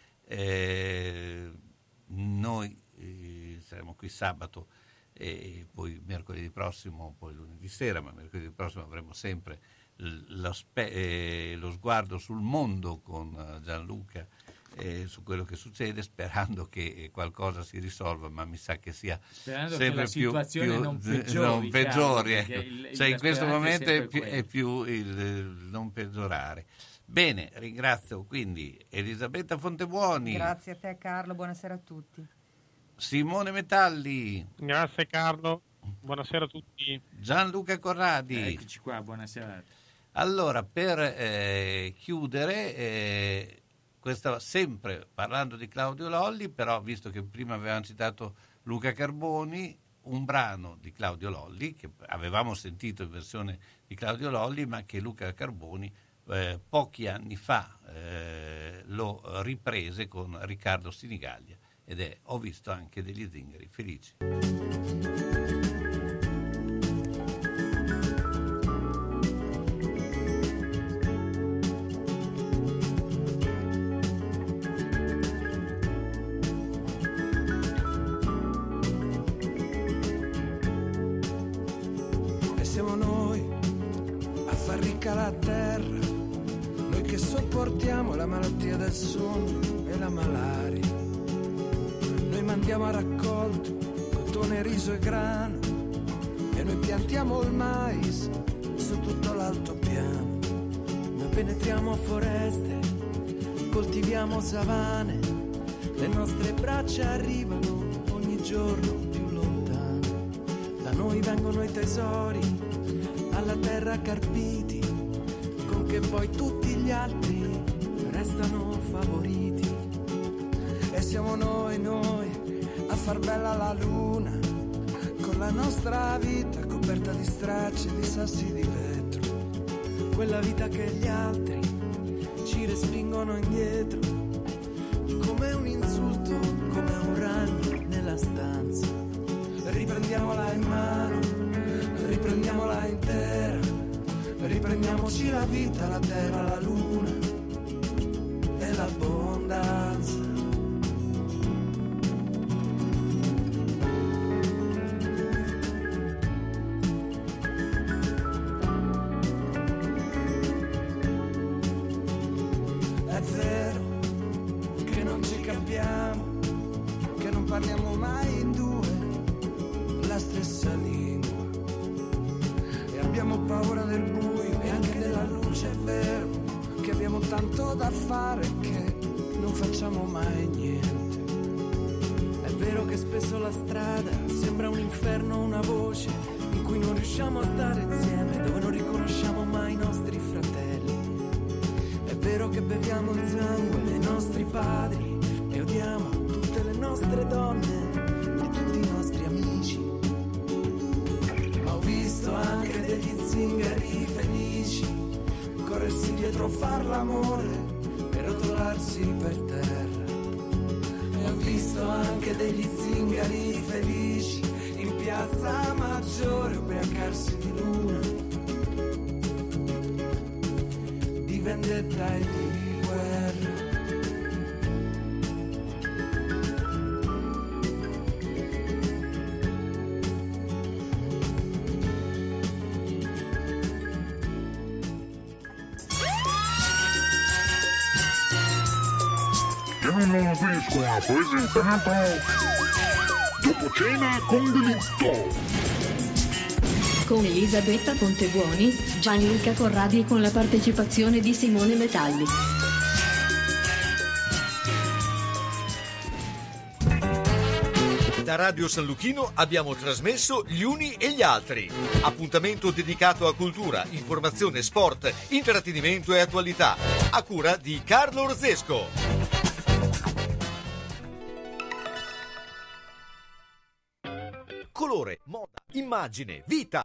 Eh, noi eh, saremo qui sabato e poi mercoledì prossimo, poi lunedì sera, ma mercoledì prossimo avremo sempre lo, spe- eh, lo sguardo sul mondo con Gianluca, Eh, su quello che succede, sperando che eh, qualcosa si risolva, ma mi sa che sia sperando sempre che la più, situazione più, non peggiori, non peggiori chiaro, ecco. il, Cioè in questo momento è più, è, è più il, il non peggiorare. Bene, ringrazio quindi Elisabetta Fontebuoni. Grazie a te Carlo, buonasera a tutti. Simone Metalli. Grazie Carlo, buonasera a tutti. Gianluca Corradi. Eccoci qua, buonasera. Allora, per eh, chiudere eh, questa sempre parlando di Claudio Lolli, però visto che prima avevamo citato Luca Carboni, un brano di Claudio Lolli che avevamo sentito in versione di Claudio Lolli, ma che Luca Carboni eh, pochi anni fa eh, lo riprese con Riccardo Sinigallia ed è Ho visto anche degli zingari felici. siamo noi a far ricca la terra, noi che sopportiamo la malattia del sonno e la malaria. Noi mandiamo a raccolto cotone, riso e grano, e noi piantiamo il mais su tutto l'altopiano. Noi penetriamo foreste, coltiviamo savane, le nostre braccia arrivano ogni giorno più lontano. Da noi vengono i tesori, alla terra carpiti, con che poi tutti gli altri restano favoriti. E siamo noi, noi, a far bella la luna, con la nostra vita coperta di stracci, di sassi di vetro. Quella vita che gli altri ci respingono indietro, come un insulto, come un ragno nella stanza. Riprendiamola in mano, riprendiamola intera, riprendiamoci la vita, la terra, la luna e l'abbondanza. È vero che non ci capiamo, che non parliamo mai in due la stessa lingua, e abbiamo paura del buio e anche della luce. È vero che abbiamo tanto da fare che non facciamo mai niente. È vero che spesso la strada sembra un inferno, una voce in cui non riusciamo a stare insieme, dove non riconosciamo mai i nostri fratelli. È vero che beviamo il sangue dei nostri padri e odiamo tutte le nostre donne e tutti i nostri amici. Ma ho visto anche degli zingari felici corrersi dietro, far l'amore e rotolarsi per terra. E ho visto anche degli zingari felici in piazza Maggiore ubriacarsi di luna, di vendetta e di guerra. Piano Vescovo ha presentato Dopo cena con delitto, con Elisabetta Pontebuoni, Gianluca Corradi e con la partecipazione di Simone Metalli. Da Radio San Luchino abbiamo trasmesso Gli Uni e gli Altri. Appuntamento dedicato a cultura, informazione, sport, intrattenimento e attualità. A cura di Carlo Orzesco. Colore, moda, immagine, vita.